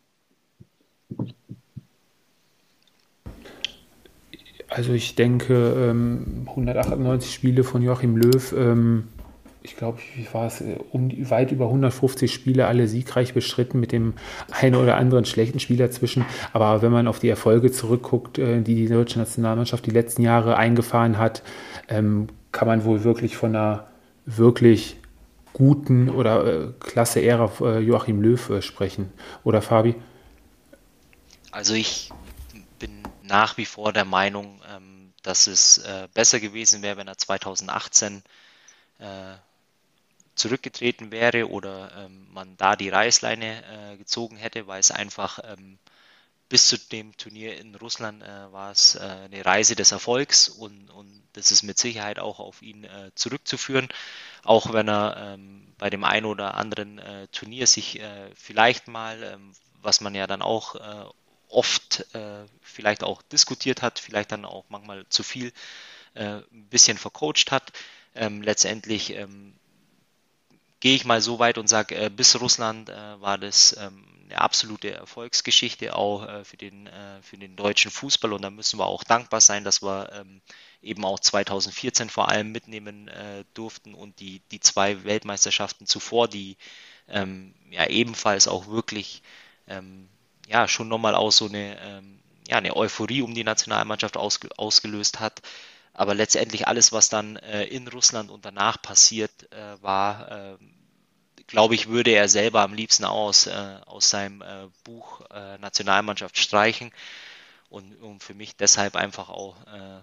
Also ich denke, 198 Spiele von Joachim Löw, ich glaube, wie war es, weit über 150 Spiele, alle siegreich bestritten, mit dem einen oder anderen schlechten Spiel dazwischen. Aber wenn man auf die Erfolge zurückguckt, die deutsche Nationalmannschaft die letzten Jahre eingefahren hat, kann man wohl wirklich von einer wirklich guten oder klasse Ära Joachim Löw sprechen. Oder Fabi? Also ich bin nach wie vor der Meinung, dass es besser gewesen wäre, wenn er 2018 zurückgetreten wäre oder man da die Reißleine gezogen hätte, weil es einfach bis zu dem Turnier in Russland war es eine Reise des Erfolgs und das ist mit Sicherheit auch auf ihn zurückzuführen, auch wenn er bei dem einen oder anderen Turnier sich vielleicht mal, was man ja dann auch oft vielleicht auch diskutiert hat, vielleicht dann auch manchmal zu viel ein bisschen vercoacht hat. Letztendlich gehe ich mal so weit und sage, bis Russland war das eine absolute Erfolgsgeschichte auch für den deutschen Fußball und da müssen wir auch dankbar sein, dass wir eben auch 2014 vor allem mitnehmen durften und die zwei Weltmeisterschaften zuvor, die ja ebenfalls auch wirklich ja schon nochmal auch so eine Euphorie um die Nationalmannschaft ausgelöst hat. Aber letztendlich alles, was dann in Russland und danach passiert war, glaube ich, würde er selber am liebsten aus seinem Buch Nationalmannschaft streichen. Und für mich deshalb einfach auch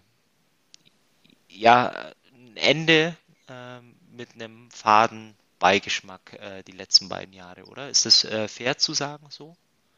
ein Ende mit einem faden Beigeschmack die letzten beiden Jahre, oder? Ist das fair zu sagen so?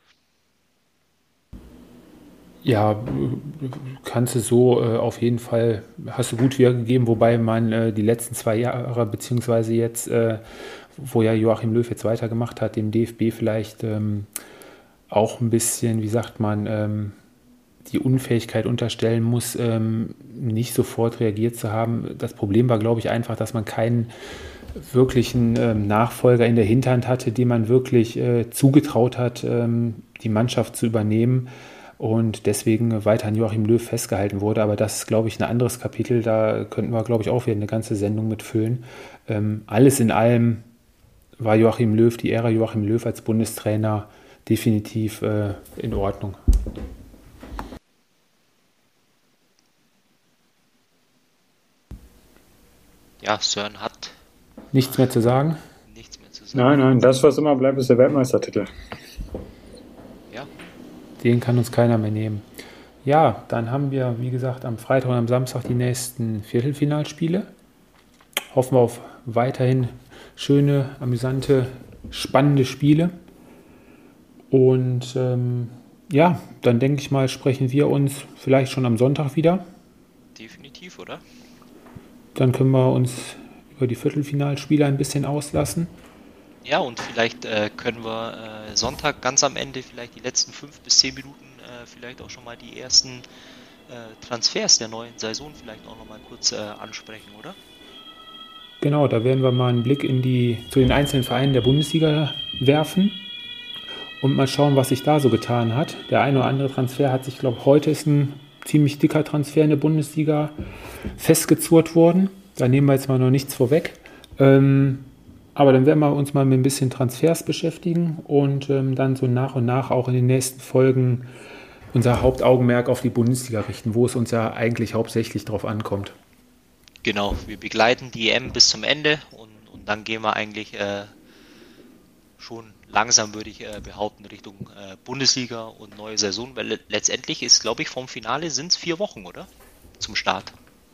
Ja, kannst du so auf jeden Fall, hast du gut wiedergegeben, wobei man die letzten 2 Jahre, beziehungsweise jetzt, wo ja Joachim Löw jetzt weitergemacht hat, dem DFB vielleicht auch ein bisschen, wie sagt man, die Unfähigkeit unterstellen muss, nicht sofort reagiert zu haben. Das Problem war, glaube ich, einfach, dass man keinen wirklichen Nachfolger in der Hinterhand hatte, dem man wirklich zugetraut hat, die Mannschaft zu übernehmen. Und deswegen weiter an Joachim Löw festgehalten wurde. Aber das ist, glaube ich, ein anderes Kapitel. Da könnten wir, glaube ich, auch wieder eine ganze Sendung mitfüllen. Alles in allem war Joachim Löw, die Ära Joachim Löw als Bundestrainer definitiv in Ordnung. Ja, Sören hat nichts mehr zu sagen. Nein, das, was immer bleibt, ist der Weltmeistertitel. Ja. Den kann uns keiner mehr nehmen. Ja, dann haben wir, wie gesagt, am Freitag und am Samstag die nächsten Viertelfinalspiele. Hoffen wir auf weiterhin schöne, amüsante, spannende Spiele. Und dann denke ich mal, sprechen wir uns vielleicht schon am Sonntag wieder. Definitiv, oder? Dann können wir uns über die Viertelfinalspiele ein bisschen auslassen. Ja, und vielleicht können wir Sonntag ganz am Ende vielleicht die letzten 5 bis 10 Minuten vielleicht auch schon mal die ersten Transfers der neuen Saison vielleicht auch noch mal kurz ansprechen, oder? Genau, da werden wir mal einen Blick zu den einzelnen Vereinen der Bundesliga werfen und mal schauen, was sich da so getan hat. Der eine oder andere Transfer hat sich, ich glaube, heute ist ein ziemlich dicker Transfer in der Bundesliga festgezurrt worden. Da nehmen wir jetzt mal noch nichts vorweg. Aber dann werden wir uns mal mit ein bisschen Transfers beschäftigen und dann so nach und nach auch in den nächsten Folgen unser Hauptaugenmerk auf die Bundesliga richten, wo es uns ja eigentlich hauptsächlich drauf ankommt. Genau, wir begleiten die EM bis zum Ende und dann gehen wir eigentlich schon langsam, würde ich behaupten, Richtung Bundesliga und neue Saison, weil letztendlich ist, glaube ich, vom Finale sind es 4 Wochen, oder? Zum Start.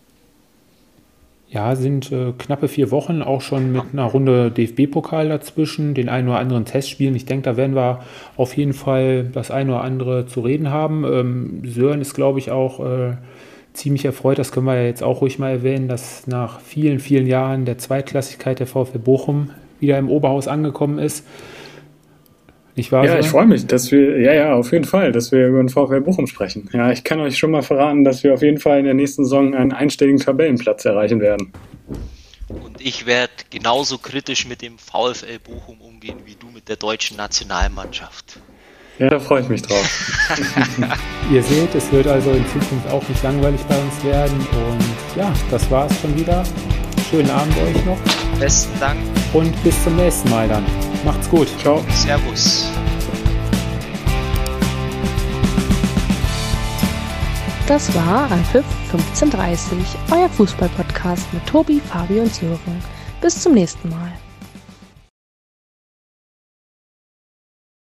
Ja, sind knappe 4 Wochen, auch schon mit einer Runde DFB-Pokal dazwischen, den einen oder anderen Testspielen. Ich denke, da werden wir auf jeden Fall das eine oder andere zu reden haben. Sören ist, glaube ich, auch ziemlich erfreut, das können wir ja jetzt auch ruhig mal erwähnen, dass nach vielen, vielen Jahren der Zweitklassigkeit der VfL Bochum wieder im Oberhaus angekommen ist. Nicht wahr, ja, ich freue mich, dass wir, auf jeden Fall, dass wir über den VfL Bochum sprechen. Ja, ich kann euch schon mal verraten, dass wir auf jeden Fall in der nächsten Saison einen einstelligen Tabellenplatz erreichen werden. Und ich werde genauso kritisch mit dem VfL Bochum umgehen, wie du mit der deutschen Nationalmannschaft. Ja, da freue ich mich drauf. Ihr seht, es wird also in Zukunft auch nicht langweilig bei uns werden. Und ja, das war es schon wieder. Schönen Abend euch noch. Besten Dank. Und bis zum nächsten Mal dann. Macht's gut. Ciao. Servus. Das war Anpfiff 15:30, euer Fußball-Podcast mit Tobi, Fabi und Sören. Bis zum nächsten Mal.